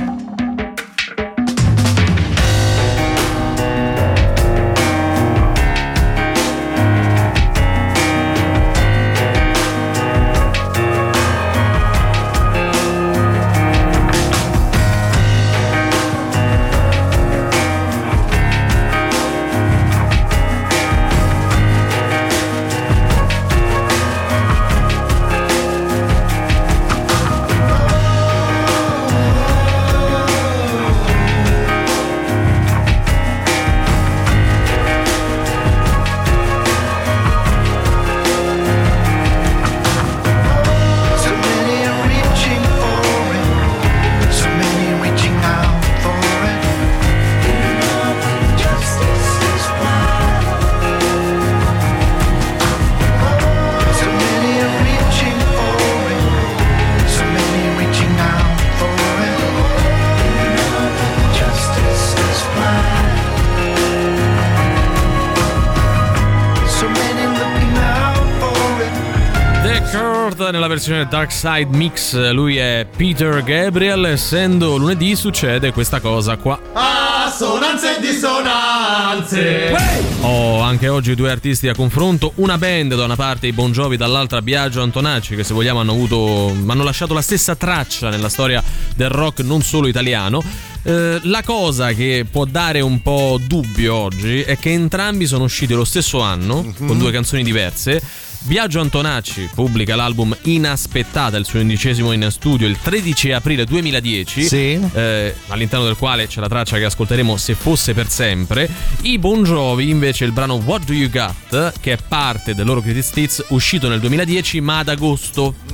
Nella versione Dark Side Mix, lui è Peter Gabriel. Essendo lunedì succede questa cosa qua. Assonanze e dissonanze. Anche oggi due artisti a confronto, una band da una parte, i Bon Jovi, dall'altra Biagio Antonacci, che se vogliamo hanno lasciato la stessa traccia nella storia del rock non solo italiano. La cosa che può dare un po' dubbio oggi è che entrambi sono usciti lo stesso anno con due canzoni diverse. Biagio Antonacci pubblica l'album Inaspettata, il suo 11° in studio, il 13 aprile 2010, sì. All'interno del quale c'è la traccia che ascolteremo, Se fosse per sempre. I Bon Jovi invece il brano What Do You Got, che è parte del loro Greatest Hits, uscito nel 2010 ma ad agosto.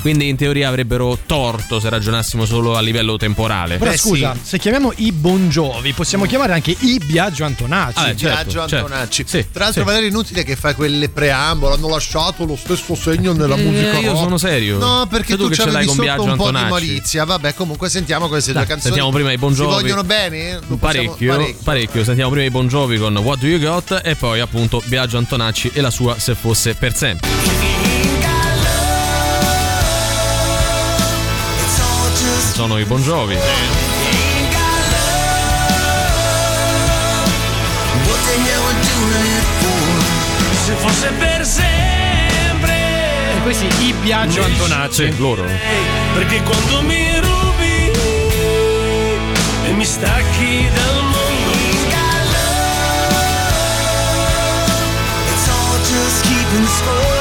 Quindi in teoria avrebbero torto se ragionassimo solo a livello temporale. Però scusa, sì. se chiamiamo i Bon Jovi, possiamo chiamare anche i Biagio Antonacci. Biagio Antonacci. Sì, tra l'altro, Valerio, inutile che fai quelle preambole, hanno lasciato lo stesso segno nella musica. Io sono serio. No, perché tu che ce l'hai con sotto Biagio un po' Antonacci. di malizia. Vabbè, comunque sentiamo queste due canzoni. Sentiamo prima i Bon Jovi. Si vogliono bene? Parecchio. Sentiamo prima i Bon Jovi con What Do You Got e poi appunto Biagio Antonacci e la sua Se Fosse Per Sempre. Sono i Bon Jovi. Se fosse per sempre. E questi i Biagio Antonacci. Sì, loro. Perché quando mi rubi e mi stacchi dal mondo, it's all just keeping score.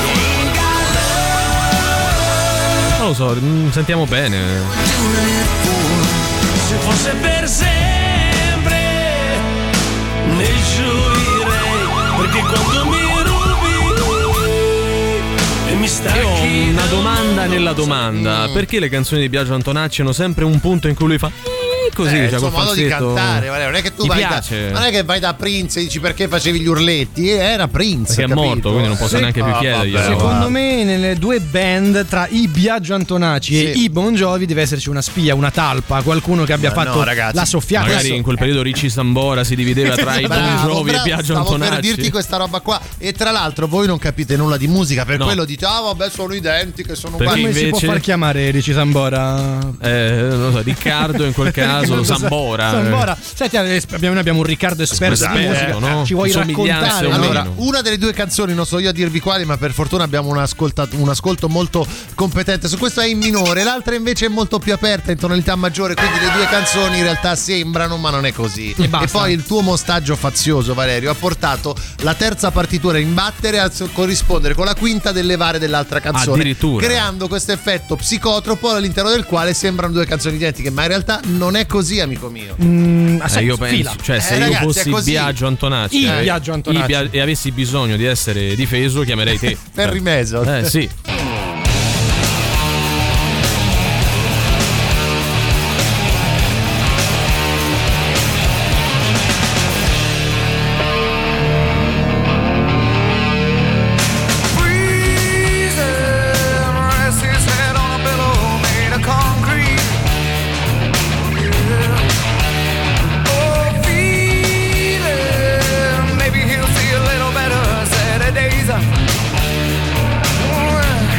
Non lo so, sentiamo bene. Se fosse per sempre ne gioirei, perché quando mi rubi e mi stacchi. Io ho una domanda nella domanda. Perché le canzoni di Biagio Antonacci hanno sempre un punto in cui lui fa così, il cioè suo col modo di falsetto. cantare, non è che tu Ti vai piace? non è che vai da Prince e dici perché facevi gli urletti, era Prince, Perché è capito? morto, quindi non posso neanche più chiedergli. Secondo me nelle due band tra i Biagio Antonacci e i Bon Jovi deve esserci una spia, una talpa, qualcuno che abbia fatto la soffiata. Magari in quel periodo Ricci Sambora si divideva tra i Bon Jovi e Biagio stavo Antonacci. per dirti questa roba qua. E tra l'altro voi non capite nulla di musica, per quello dite vabbè, sono identiche, sono uguali. Come si può far chiamare Ricci Sambora? Non lo so, Riccardo in quel caso, Sambora. Senti, noi abbiamo un Riccardo esperto di musica, no? Ci vuoi raccontare? Allora, una delle due canzoni, non so io a dirvi quali, ma per fortuna abbiamo un ascolto molto competente su questo, è in minore, l'altra invece è molto più aperta in tonalità maggiore, quindi le due canzoni in realtà sembrano, ma non è così. E poi il tuo mostaggio fazioso, Valerio, ha portato la terza partitura in battere a corrispondere con la quinta del levare dell'altra canzone, addirittura, creando questo effetto psicotropo all'interno del quale sembrano due canzoni identiche, ma in realtà non è così, amico mio. Io penso, cioè se io ragazzi, fossi Biagio Antonacci, Biagio Antonacci e avessi bisogno di essere difeso, chiamerei te. Per rimeso. Sì. Maybe he'll see a little better Saturdays.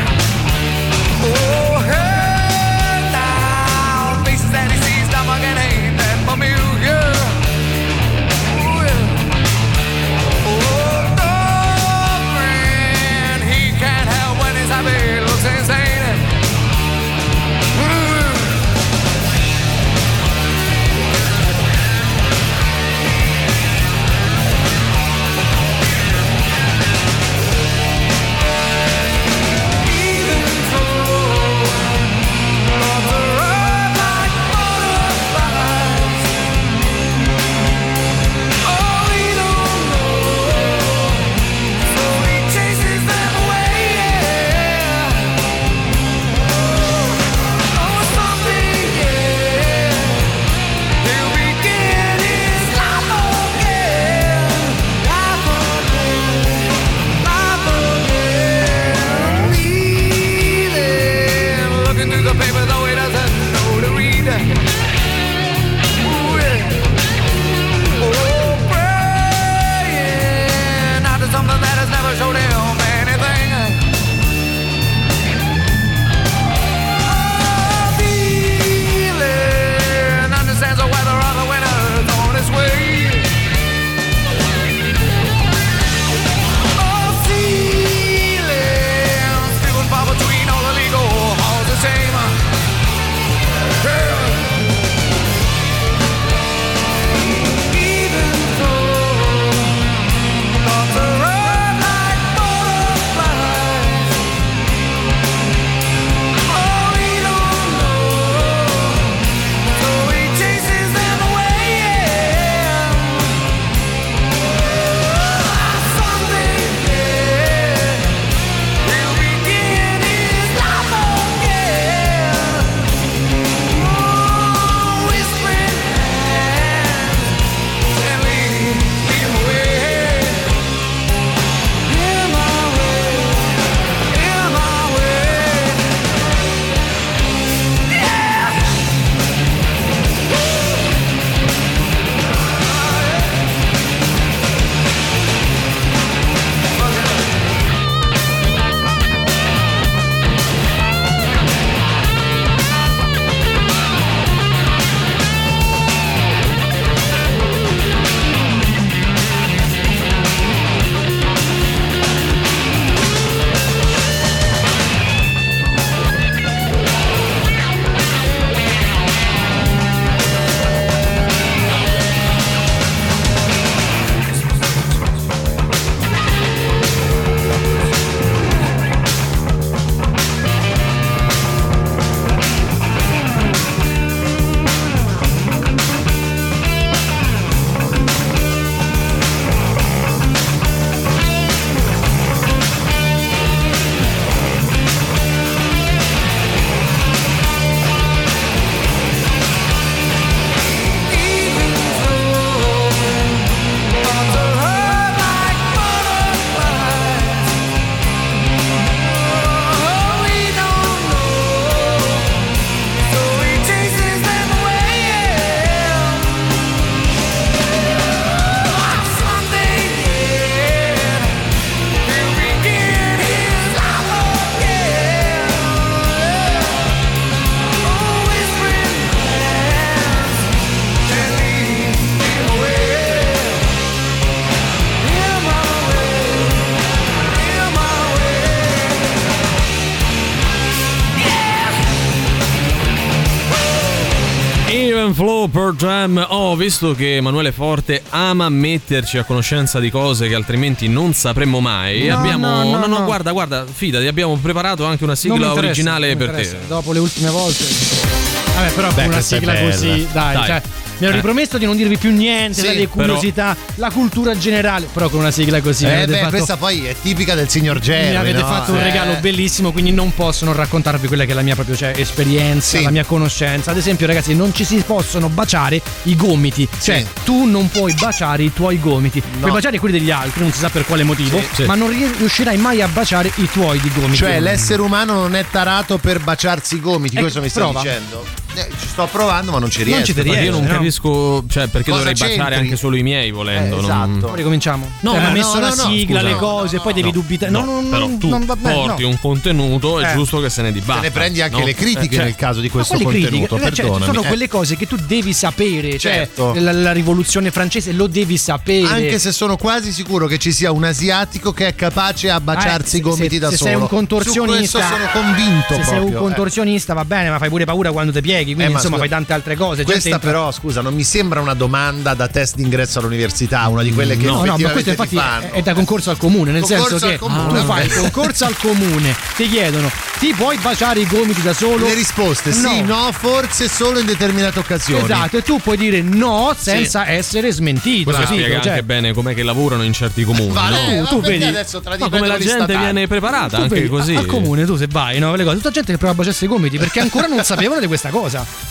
and Flow per Jam. Visto che Emanuele Forte ama metterci a conoscenza di cose che altrimenti non sapremmo mai, no, guarda, fidati, abbiamo preparato anche una sigla originale per te. Dopo le ultime volte. Vabbè, però una sigla così, dai. Cioè, mi ero ripromesso di non dirvi più niente, le curiosità, la cultura generale, però con una sigla così. Questa poi è tipica del signor Jerry. Mi avete fatto un regalo bellissimo, quindi non posso non raccontarvi quella che è la mia proprio esperienza, la mia conoscenza. Ad esempio, ragazzi, non ci si possono baciare i gomiti. Cioè, tu non puoi baciare i tuoi gomiti. Puoi baciare quelli degli altri, non si sa per quale motivo, ma non riuscirai mai a baciare i tuoi di gomiti. Cioè, l'essere umano non è tarato per baciarsi i gomiti, questo mi stai dicendo? Ci sto provando, ma non ci riesco. Io non capisco, cioè, perché dovrei baciare anche solo i miei volendo. Esatto. Poi ricominciamo. Ha messo la sigla, le cose, poi devi dubitare. Però tu porti un contenuto, è giusto che se ne dibatta. Te ne prendi anche le critiche nel caso di questo contenuto. Perdonami. Sono quelle cose che tu devi sapere. Certo. Cioè, la rivoluzione francese lo devi sapere. Anche se sono quasi sicuro che ci sia un asiatico che è capace a baciarsi i gomiti da solo. Se sei un contorsionista, sono convinto. Se sei un contorsionista va bene, ma fai pure paura quando ti pieghi. Quindi insomma fai tante altre cose. Questa però, scusa, non mi sembra una domanda da test d'ingresso all'università, una di quelle che effettivamente ma questo infatti è da concorso al comune, nel senso che tu fai il concorso al comune, ti chiedono: ti puoi baciare i gomiti da solo? Le risposte sì, no, forse solo in determinate occasioni. Esatto, e tu puoi dire no senza essere smentito. Questo spiega anche bene com'è che lavorano in certi comuni. Tu vedi adesso come la gente viene preparata tu anche vedi, così. Al comune tu se vai, no, le cose, tutta gente che prova a baciarsi i gomiti perché ancora non sapevano di questa cosa.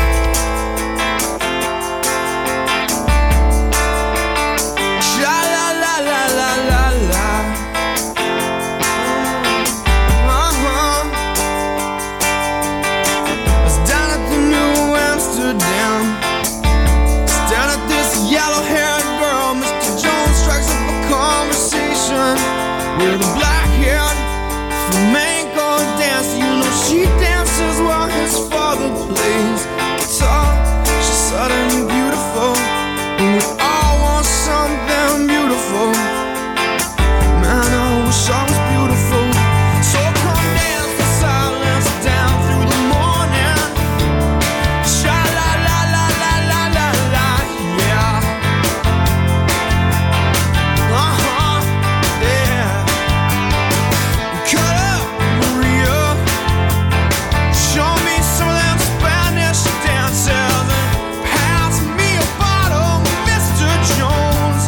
With a black haired flamenco dancer, you know she dances while his father plays guitar. She's suddenly beautiful, and we all want something beautiful. Man, I wish I was beautiful. So come dance the silence down through the morning. Sha la la la la la la la, yeah. Yeah. Cut up, Maria. Show me some of them Spanish dances and pass me a bottle, Mr. Jones.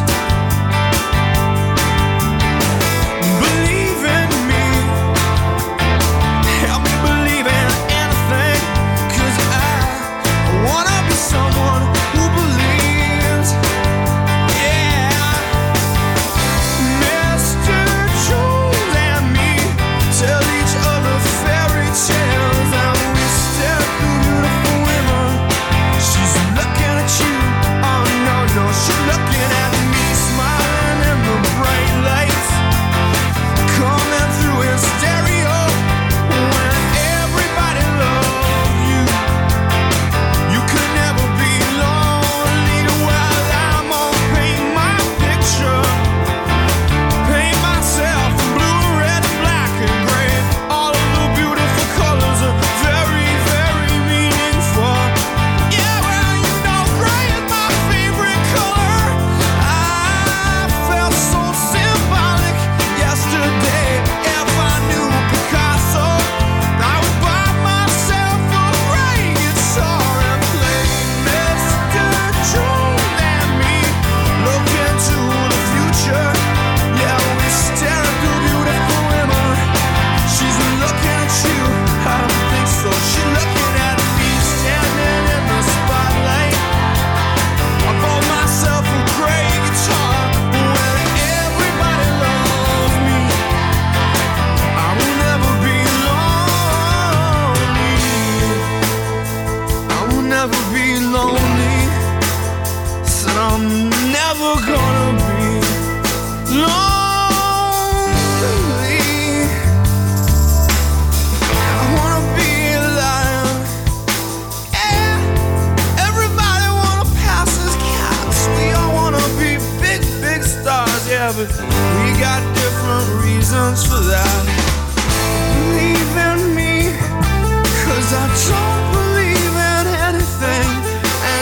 Believe in me, help me believe in anything, 'cause I wanna be someone who believes. Yeah, Mr. Jones and me tell each other fairy tales, and we stare at the beautiful women. She's looking at you, oh no, no, she's looking at me, smiling in the bright lights, coming through in stereo. When everybody loves you, you could never be lonely. Well, I'm gonna paint my picture, paint myself in blue, red, black, and gray. All of the beautiful colors are very, very meaningful. Yeah, well, you know gray is my favorite color. I felt so symbolic yesterday. If I knew Picasso, I would buy myself a gray guitar and play Mr. Jones and me. Look into the future. Yeah, we stare at the beautiful women. She's looking at you, I don't think so. She's looking at me, standing in the spotlight. I bought myself a gray guitar. When everybody loves me, I will never be lonely. I will never be lonely. Said I'm never gonna be lonely. I wanna be a lion. Yeah, everybody wanna pass as cats. We all wanna be big, big stars. Yeah, but we got different reasons for that. Believe in me, 'cause I don't believe in anything.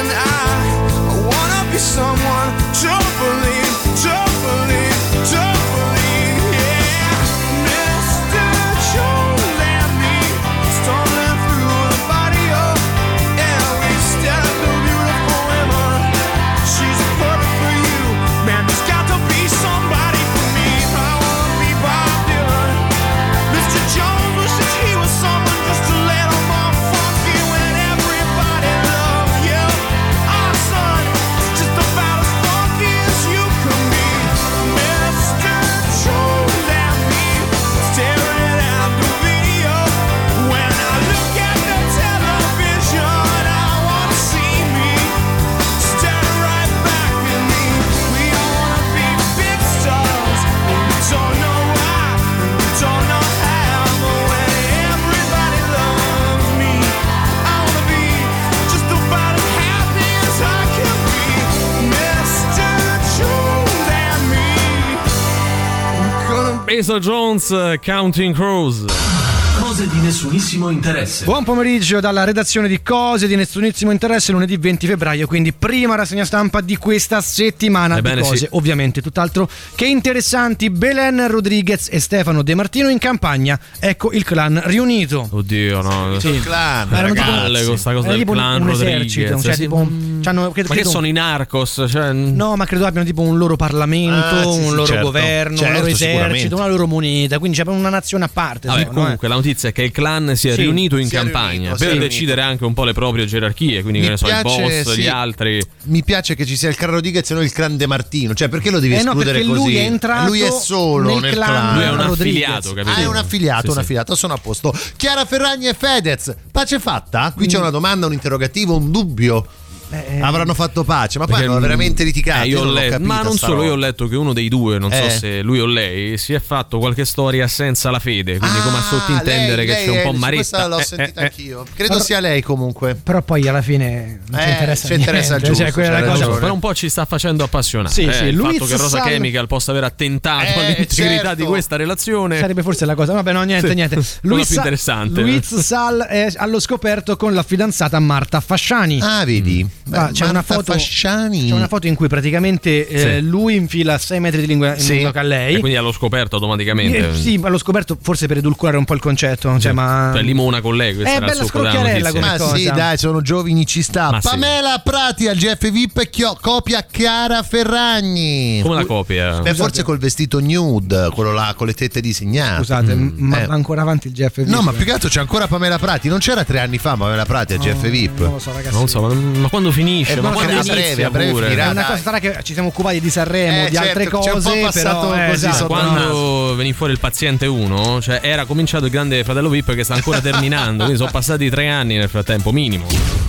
Asa Jones, Counting Crows. Cose di nessunissimo interesse. Buon pomeriggio dalla redazione di Cose di nessunissimo interesse, lunedì 20 febbraio, quindi prima rassegna stampa di questa settimana. Ebbene, di cose sì. ovviamente tutt'altro che interessanti. Belen Rodriguez e Stefano De Martino in campagna, ecco il clan riunito. Oddio, no, sì. Il clan, erano ragazzi, questa cosa del tipo clan un Rodriguez, esercito, cioè sì. tipo Ma che sono i narcos? Cioè... No, ma credo abbiano tipo un loro parlamento, sì, un loro certo. governo, un loro esercito, una loro moneta, quindi c'è una nazione a parte. Vabbè, insomma, comunque la notizia è che il clan si è riunito in campagna per decidere anche un po' le proprie gerarchie, quindi che ne so, il boss, gli altri. Mi piace che ci sia il clan Rodriguez e non il clan De Martino, cioè perché lo devi escludere perché così? Lui è entrato lui è solo nel clan. Lui è un Rodriguez. affiliato, capito? Ah, è un affiliato, Sì, un affiliato, sono a posto. Chiara Ferragni e Fedez, pace fatta? Qui c'è una domanda, un interrogativo, un dubbio. Avranno fatto pace, ma poi Perché hanno veramente litigato. io non l'ho capita ma non sta solo, roba. io ho letto che uno dei due, non so se lui o lei, si è fatto qualche storia senza la fede, quindi come a sottintendere lei, che c'è un po' maretta. Questa l'ho sentita anch'io. Credo sia lei comunque. Però poi alla fine non ci interessa, ci interessa niente, giusto, cioè, quella è la c'hai cosa. ragione. Però un po' ci sta facendo appassionare. Sì, Il Luiz fatto che Rosa Sal- Chemical possa aver attentato all'integrità certo. di questa relazione Sarebbe forse la cosa. Vabbè, no, niente. quella più interessante. Luiz Sal è allo scoperto con la fidanzata Marta Fasciani. Ah, vedi? C'è una foto. C'è una foto in cui praticamente lui infila 6 metri di lingua in bocca a lei. E quindi allo scoperto automaticamente. Sì, allo scoperto forse per edulcorare un po' il concetto. Cioè, ma. Cioè, limona con lei, questa È era il bella succo della scrocchiarella notizia. come Ma cosa. sì, dai, sono giovani, ci sta. Ma sì. Pamela Prati al GF VIP copia Chiara Ferragni. Come la copia? Beh, forse col vestito nude, quello là con le tette disegnate. Scusate, ma va ancora avanti il GF VIP? No, ma più che altro c'è ancora Pamela Prati. Non c'era 3 anni fa Pamela Prati al GF VIP. Non lo so, ragazzi. Non lo so, ma quando finisce? Ma no, quando a inizia breve pure? finirà. È una cosa sarà che ci siamo occupati di Sanremo, di altre certo, c'è un po' cose, passato però così esatto. sotto Quando venì fuori il paziente 1, cioè era cominciato il grande fratello VIP che sta ancora terminando, quindi sono passati 3 anni nel frattempo, minimo.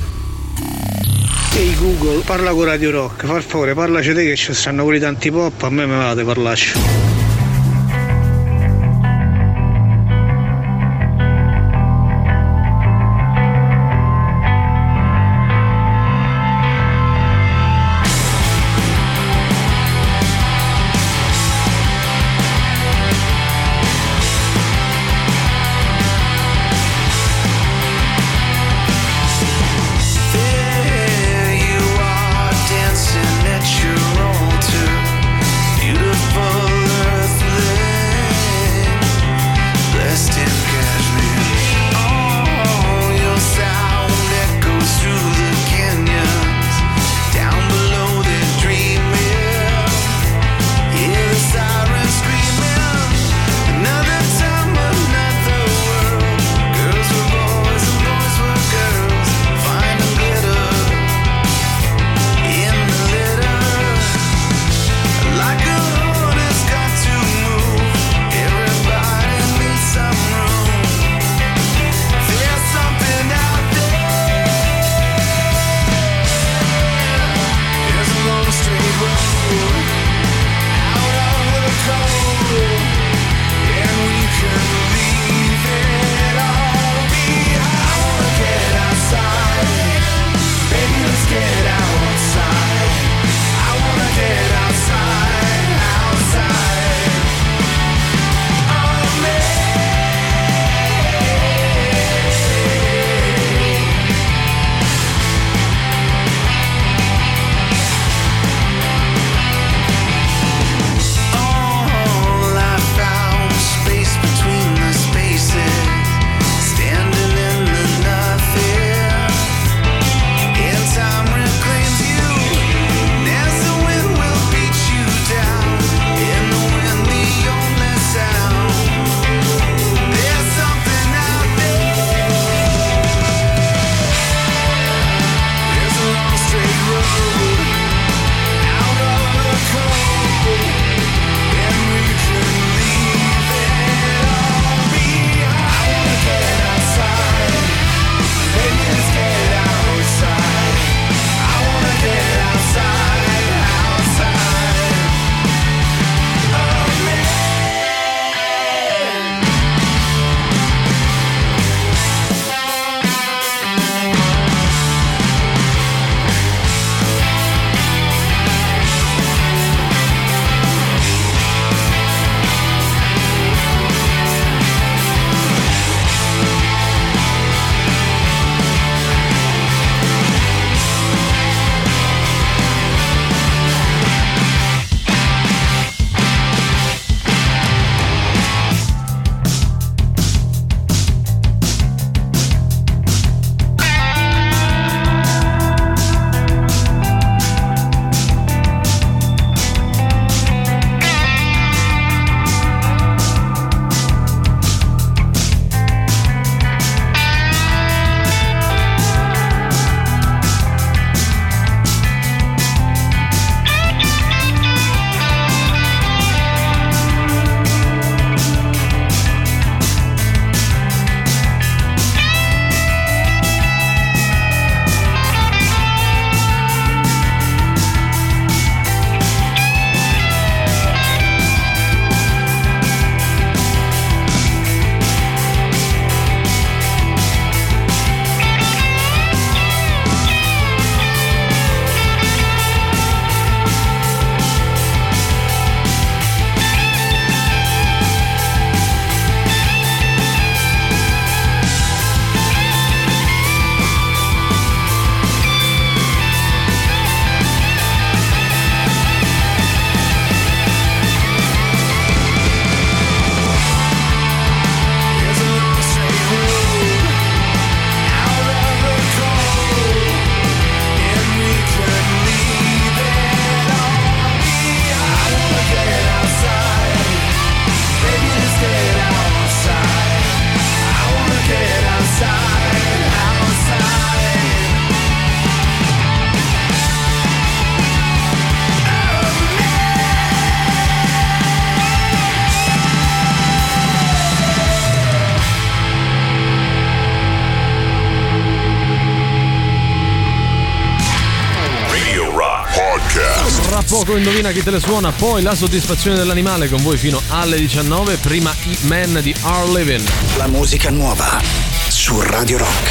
Ehi Google, parla con Radio Rock, per favore, parlaci te che ci stanno quelli tanti pop, a me va di parlarci. There you are, dancing at your own tune. Beautiful poco Indovina chi te le suona, poi la soddisfazione dell'animale con voi fino alle 19, prima i Men di Are Living. La musica nuova su Radio Rock.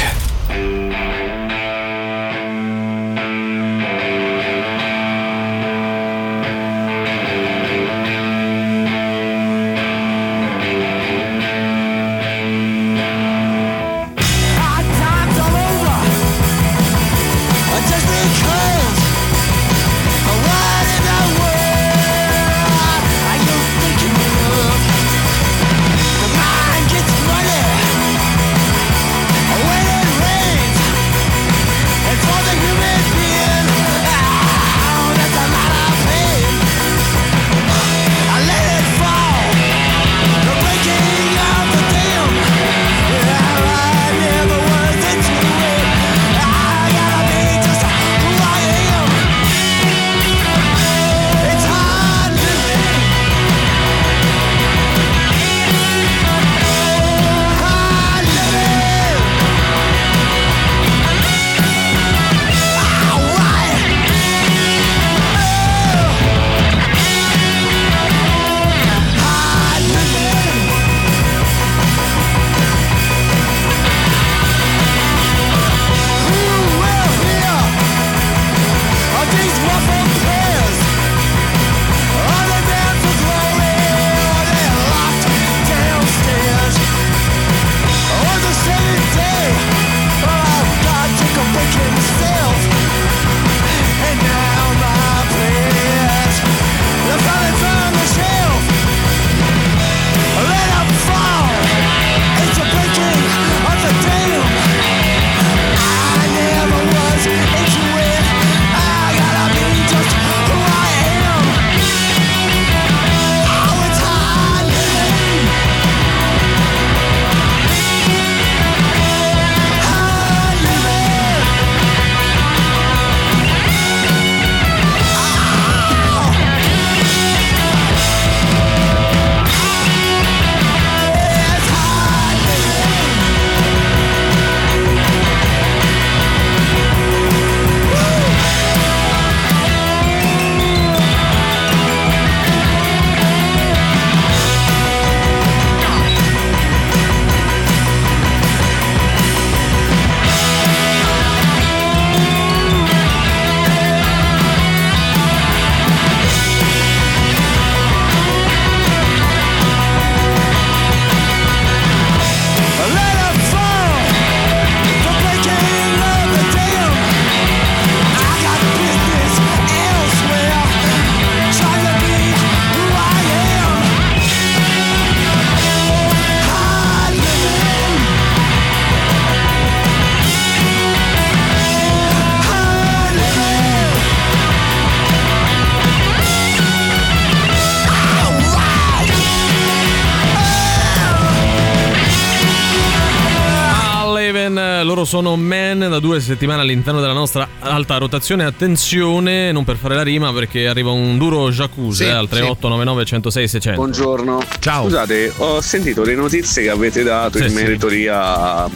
Loro sono Men, da 2 settimane all'interno della nostra alta rotazione. Attenzione, non per fare la rima, perché arriva un duro jacuzzi al 3899 106 600. Buongiorno. Ciao. Scusate, ho sentito le notizie che avete dato in merito lì a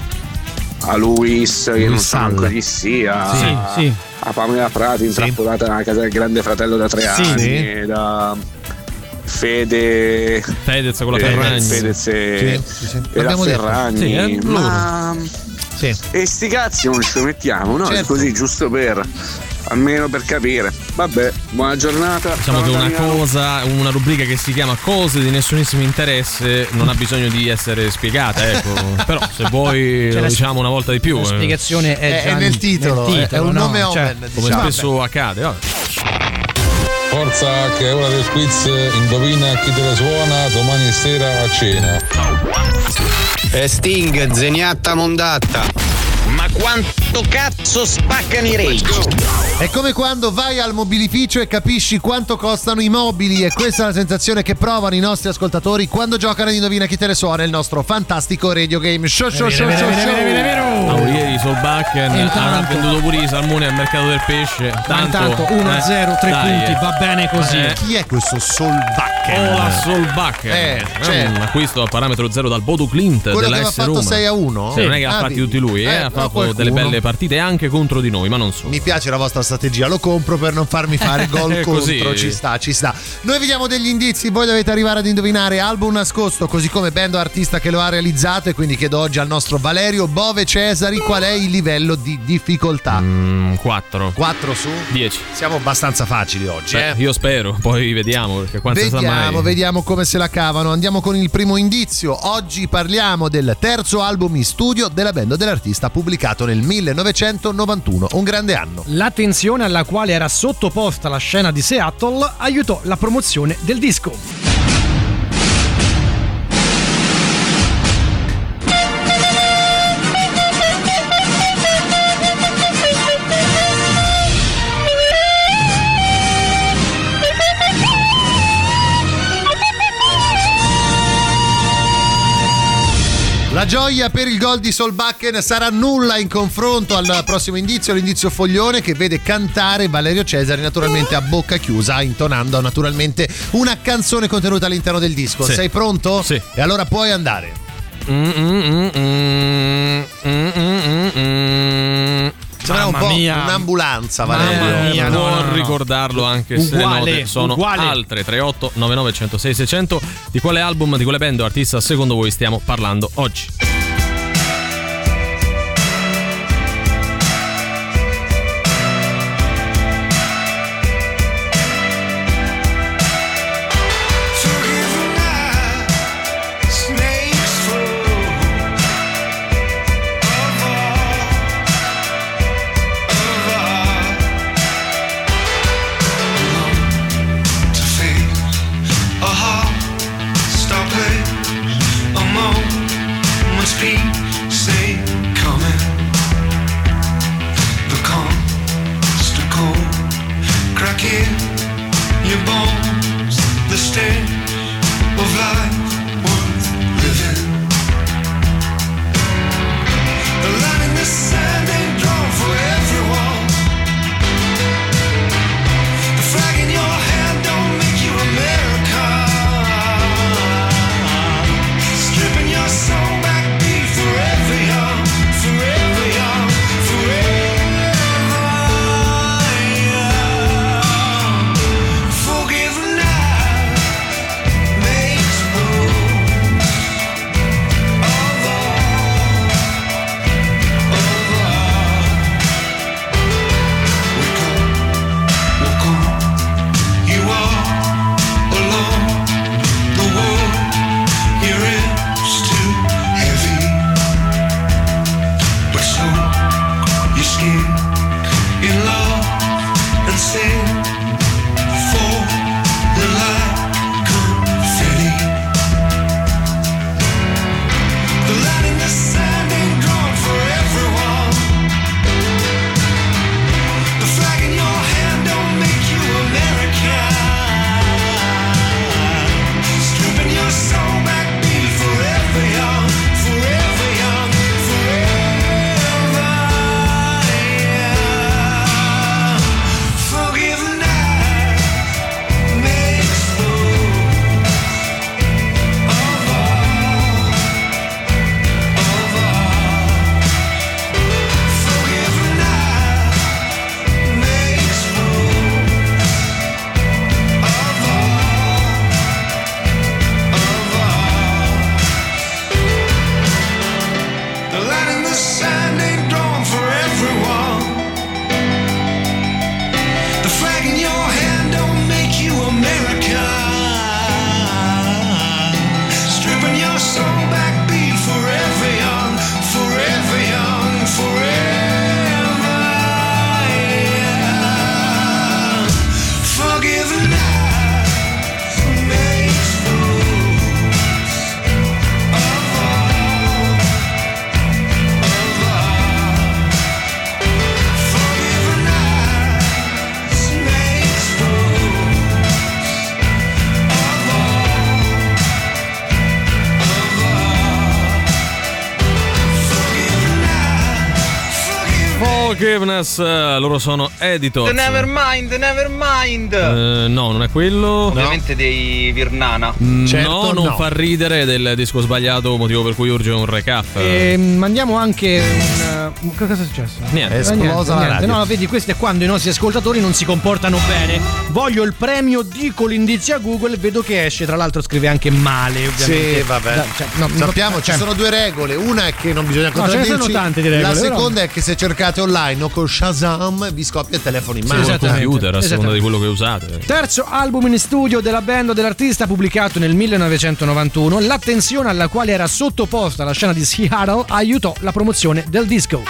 Luis, che non sa manco chi sia, a Pamela Prati intrappolata nella casa del Grande Fratello da 3 anni, da Fedez con la Ferragni, e la Ferragni, ma e sti cazzi non ci mettiamo, no? Certo. Così, giusto per, almeno per capire. Vabbè, buona giornata. Diciamo che una rubrica che si chiama Cose di nessunissimo interesse non ha bisogno di essere spiegata, ecco. Però se vuoi lo diciamo una volta di più. La spiegazione è già nel titolo, è un nome omen, come spesso accade. Vabbè. Forza, che è ora del quiz. Indovina chi te la suona domani sera a cena. Sting, Zeniatta Mondatta. Ma quanto cazzo spaccano i rage? È come quando vai al mobilificio e capisci quanto costano i mobili, e questa è la sensazione che provano i nostri ascoltatori quando giocano ad Indovina chi te le suona, il nostro fantastico radio game show. Ieri Solbakken ha venduto pure i salmoni al mercato del pesce. Tanto 1-0, 3 punti, va bene così. Chi è questo Solbakken? La Solbakken. Un acquisto a parametro zero dal Bodo Clint quello della che aveva S Roma. fatto 6-1? Sì, non è che ha fatti tutti lui, ha fatto delle belle le partite anche contro di noi, ma non solo. Mi piace la vostra strategia, lo compro per non farmi fare gol Così. contro, ci sta. Noi vi diamo degli indizi, voi dovete arrivare ad indovinare album nascosto, così come band o artista che lo ha realizzato, e quindi chiedo oggi al nostro Valerio Bove Cesari qual è il livello di difficoltà. 4 su 10. Siamo abbastanza facili oggi. Io spero, poi vediamo, perché quanto sa mai. Vediamo come se la cavano. Andiamo con il primo indizio. Oggi parliamo del terzo album in studio della band o dell'artista, pubblicato nel 1991, un grande anno. L'attenzione alla quale era sottoposta la scena di Seattle aiutò la promozione del disco. La gioia per il gol di Solbakken sarà nulla in confronto al prossimo indizio, l'indizio foglione, che vede cantare Valerio Cesari naturalmente a bocca chiusa, intonando naturalmente una canzone contenuta all'interno del disco. Sì. Sei pronto? Sì. E allora puoi andare. Sembra un po' un'ambulanza, Valerio. Non ricordarlo, anche se le note sono altre. 38 99 106 600. Di quale album, di quale band o artista secondo voi stiamo parlando oggi? Forgiveness, loro sono Editors. The Nevermind. No, non è quello. Ovviamente dei Virnana. No, non fa ridere, del disco sbagliato, motivo per cui urge un recap. Mandiamo anche un. Cosa è successo? Niente. È esplosa la radio. No, vedi, questo è quando i nostri ascoltatori non si comportano bene. Voglio il premio, dico l'indizio a Google, vedo che esce, tra l'altro scrive anche male, ovviamente. Sì, vabbè. Sappiamo, ci sono due regole. Una è che non bisogna contraddirci. Ce ne sono tante di regole. La seconda è che se cercate online o con Shazam vi scoppia il telefono in mano. Sì, computer, a seconda di quello che usate. Terzo album in studio della band o dell'artista, pubblicato nel 1991. L'attenzione alla quale era sottoposta la scena di Seattle aiutò la promozione del disco.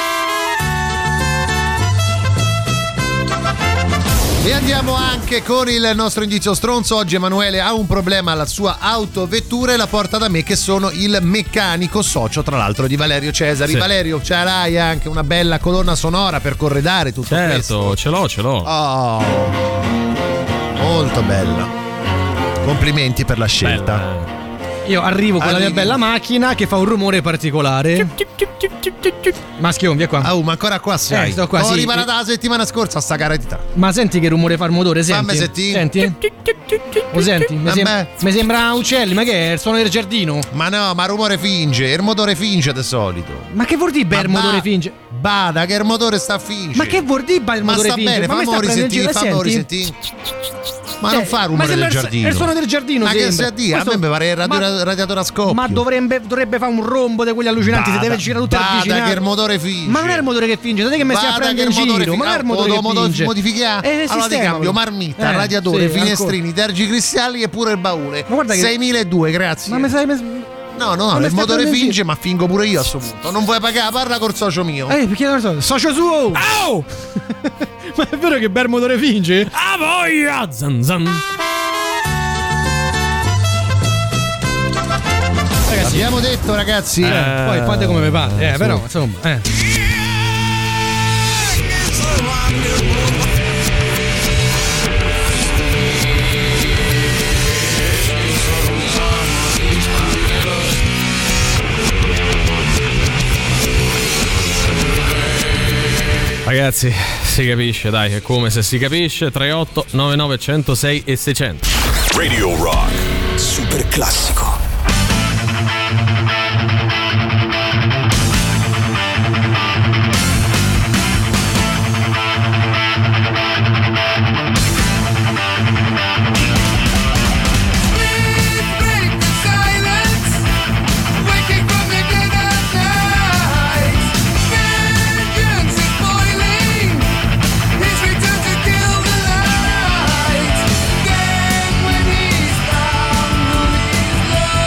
E andiamo anche con il nostro indizio stronzo. Oggi Emanuele ha un problema alla sua autovettura e la porta da me, che sono il meccanico socio, tra l'altro, di Valerio Cesari. Sì. Valerio, c'hai anche una bella colonna sonora per corredare tutto questo? Certo, ce l'ho. Oh, molto bella. Complimenti per la scelta. Bella. Io arrivo con la mia bella macchina che fa un rumore particolare. Maschio, via qua. Ma ancora qua sei. Sto qua, Ho sì. riparata la settimana scorsa sta caretita. Ma senti che rumore fa il motore? Senti? Fammi sentire. Senti? Lo senti? Mi sembra uccelli, ma che è? Il suono del giardino? Ma no, ma il rumore finge, il motore finge di solito. Ma che vuol dire il motore finge? Bada, che il motore sta a finge. Ma che vuol dire il motore sta finge? bene, Ma fammi risentire. Ma non fa rumore del giardino. È il suono del giardino, ma sembra. Che sia dire? A me mi pare il radiatore a scoppio. Ma dovrebbe fare un rombo di quelli allucinanti. Si deve girare tutto avvicinato. Che il motore finge. Ma non è il motore che finge, sai che mi stia prendendo in giro. Ma non è il motore che finge. Modifichiamo. Allora ti cambio marmitta, radiatore, finestrini, tergicristalli e pure il baule. Ma guarda che 6.200, grazie. Ma mi sai. No, il motore finge, ma fingo pure io a sto punto. Non vuoi pagare? Parla col socio mio. Perché non so? Socio suo! Au! Ma è vero che bel motore finge? Ah, voglia! Zan zan. Ragazzi, abbiamo detto, ragazzi. Poi fate come vi pare. Però, insomma. Ragazzi, si capisce, dai, è come se si capisce. 38 99 106 e 600. Radio Rock super classico. Then when he's found who he's loved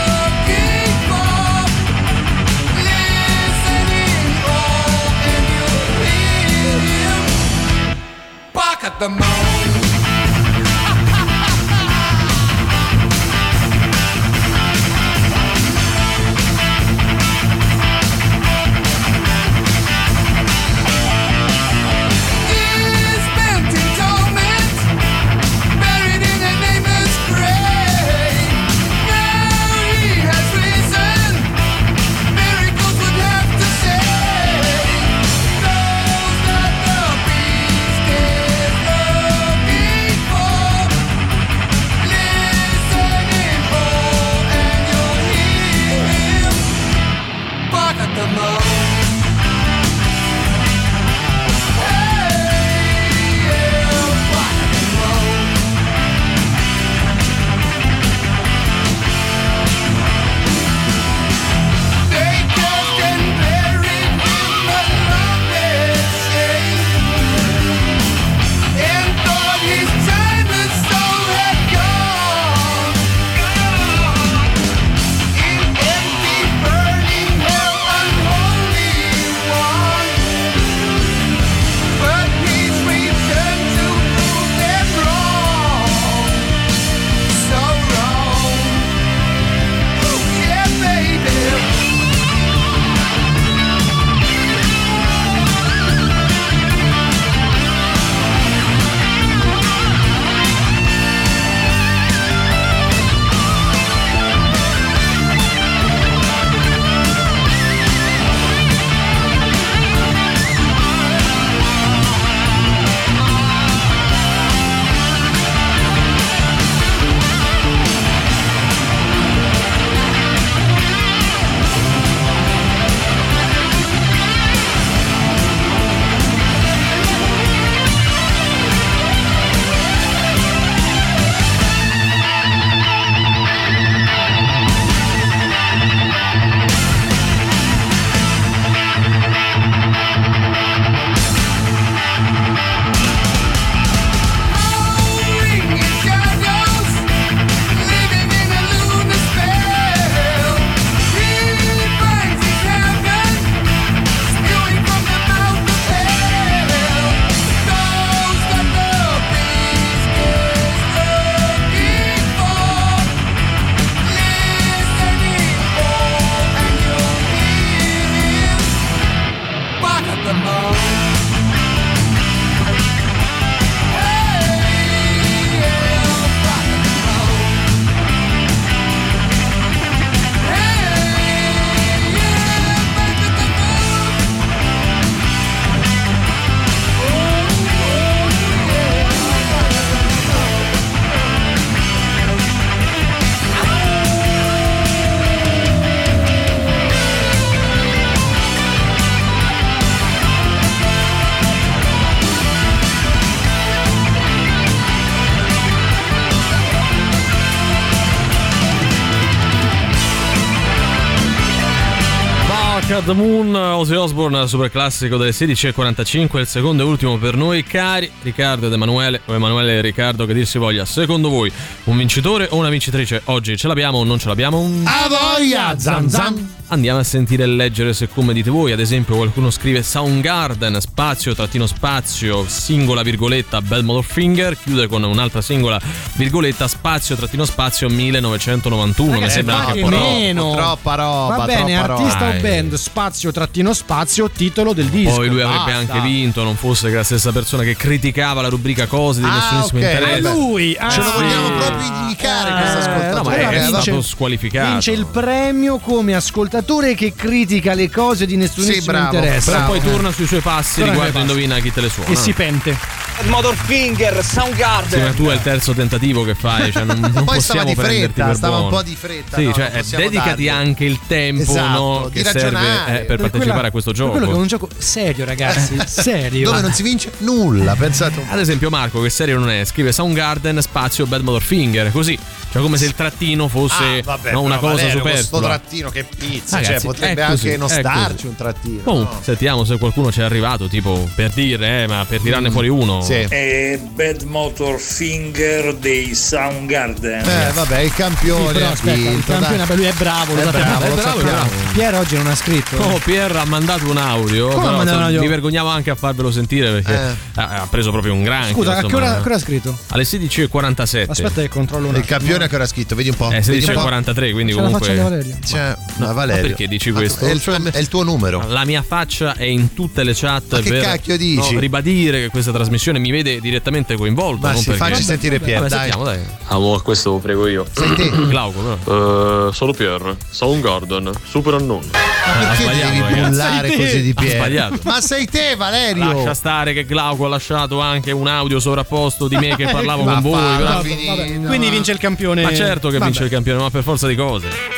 at the Moon, Ozzy Osbourne, super classico delle 16.45, il secondo e ultimo per noi, cari Riccardo ed Emanuele, o Emanuele e Riccardo, che dir si voglia. Secondo voi un vincitore o una vincitrice oggi? Ce l'abbiamo o non ce l'abbiamo? A voglia! Zan zan! Andiamo a sentire e leggere se come dite voi. Ad esempio qualcuno scrive Soundgarden, spazio, trattino spazio, singola virgoletta, Bad Motorfinger, chiude con un'altra singola virgoletta, spazio, trattino spazio, 1991. Mi sembra anche un po' meno. Troppa roba. Va bene, troppa artista roba. o band, spazio, trattino spazio, titolo del disco. Poi lui avrebbe Basta. anche vinto, non fosse che la stessa persona che criticava la rubrica cose di nessunissimo interesse. A lui, Ce lo vogliamo proprio indicare questo ascoltatore. No, ma è stato squalificato. Vince il premio come ascoltatore che critica le cose di nessunissimo Sì, bravo, interesse. Però poi torna sui suoi passi Torna riguardo sui passi. indovina chi te le suona. E si pente. Motorfinger, Soundgarden. Sì, ma tu è il terzo tentativo che fai, cioè non Poi stava possiamo di prenderti fretta, per stava un buono. po' di fretta. Sì, no, cioè non possiamo dedicati dargli. anche il tempo, Esatto, no, di che ragionare. serve per partecipare a questo gioco. Quello che è un gioco serio, ragazzi, serio. Dove non si vince nulla, pensate un po'. Ad esempio Marco, che serio non è, scrive Soundgarden spazio Bad Motorfinger, così, cioè come se il trattino fosse vabbè, no, una però, cosa Valerio, superflua. Sto trattino che pizza, Ragazzi, cioè potrebbe è così, anche non è starci così. un trattino. Comunque, no? sentiamo se qualcuno ci è arrivato, tipo per dire, ma per tirarne fuori uno. Sì. È Bad Motorfinger dei Soundgarden. Vabbè, il campione. Però ha aspetta, il vinto, campione, dai. beh, lui è bravo, lo È sappiamo. bravo, lo sappiamo. Pier oggi non ha scritto. Oh, Pier ha mandato un audio. Come ha però, mandato un audio? Mi vergognavo anche a farvelo sentire perché ha preso proprio un granchio. Scusa, a che insomma. ora ha scritto? Alle 16.47. Aspetta che controllo un Il attimo. campione che ora ha scritto, vedi un po'. È Vedi un po'. 16.43, quindi Ce la comunque. faccia Valerio. Cioè, No, ma Valerio, ma perché dici questo? È il tuo numero. La mia faccia è in tutte le chat Ma che per cacchio dici? ribadire che questa trasmissione mi vede direttamente coinvolto. Ma non sì, perché... facci sentire Pier, Vabbè, dai. sentiamo, dai. Allora, questo lo prego io. Sei te. Glauco, però. Sono Pier, Soundgarden, super unknown. Ma perché sbagliato, devi ragazzi. bullare così di Ha Pier? sbagliato. Ma sei te, Valerio. Lascia stare che Glauco ha lasciato anche un audio sovrapposto di me che parlavo Ma con voi. falla però- finita. Vabbè, quindi vince il campione. Ma certo che Vabbè. vince il campione, ma per forza di cose.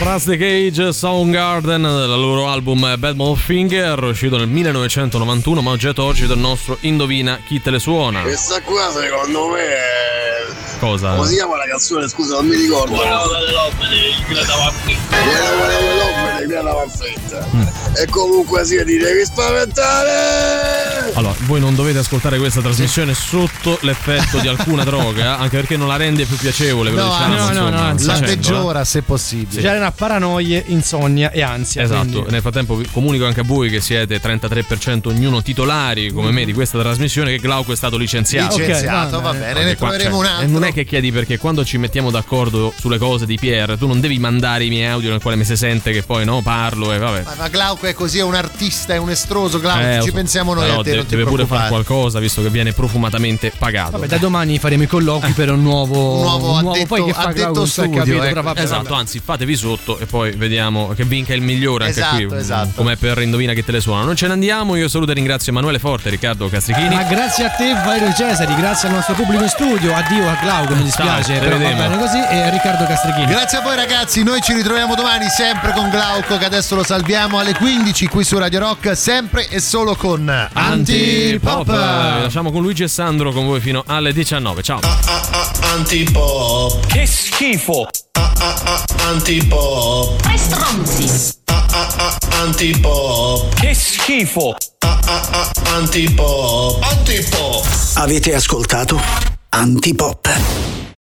Rusty Cage, Soundgarden, dal loro album Bad Motorfinger, uscito nel 1991, ma oggetto oggi del nostro Indovina chi te le suona. Questa qua secondo me è... Cosa? Come si chiama la canzone? Scusa, non mi ricordo. E comunque si ti devi spaventare. Allora, voi non dovete ascoltare questa trasmissione sotto l'effetto di alcuna droga, anche perché non la rende più piacevole. No, anzi, la peggiora se possibile. Genera paranoie, insonnia e ansia. Esatto, quindi. nel frattempo comunico anche a voi che siete 33% ognuno titolari come me di questa trasmissione, che Glauco è stato licenziato. Licenziato, va bene, ne troveremo un altro. E non è che chiedi, perché quando ci mettiamo d'accordo sulle cose di Pierre, tu non devi mandare i miei audio nel quale mi si sente che poi parlo e vabbè. Ma Glauco è così, è un artista, è un estroso, Glauco, ci pensiamo noi. Però a te, non ti deve pure fare preoccupare. qualcosa, visto che viene profumatamente pagato. Vabbè, da domani faremo i colloqui per un nuovo addetto, poi che fa Glauco, studio, capito, ecco. però vabbè, Esatto, anzi fatevi sotto e poi vediamo che vinca il migliore anche qui. Esatto. Come per Indovina che te le suona. Non ce ne andiamo, io saluto e ringrazio Emanuele Forte e Riccardo Castrichini. Ma grazie a te Valerio Cesari, grazie al nostro pubblico in studio, addio a Glauco, mi dispiace, però va bene così, e a Riccardo Castrichini. Grazie a voi ragazzi, noi ci ritroviamo domani sempre con Glauco, che adesso lo salviamo alle 15 qui su Radio Rock, sempre e solo con Antipop. Vi lasciamo con Luigi e Sandro con voi fino alle 19. Ciao. Antipop. Che schifo. Antipop. Che stronzi. Antipop. Che schifo. Antipop. Antipop. Avete ascoltato Antipop.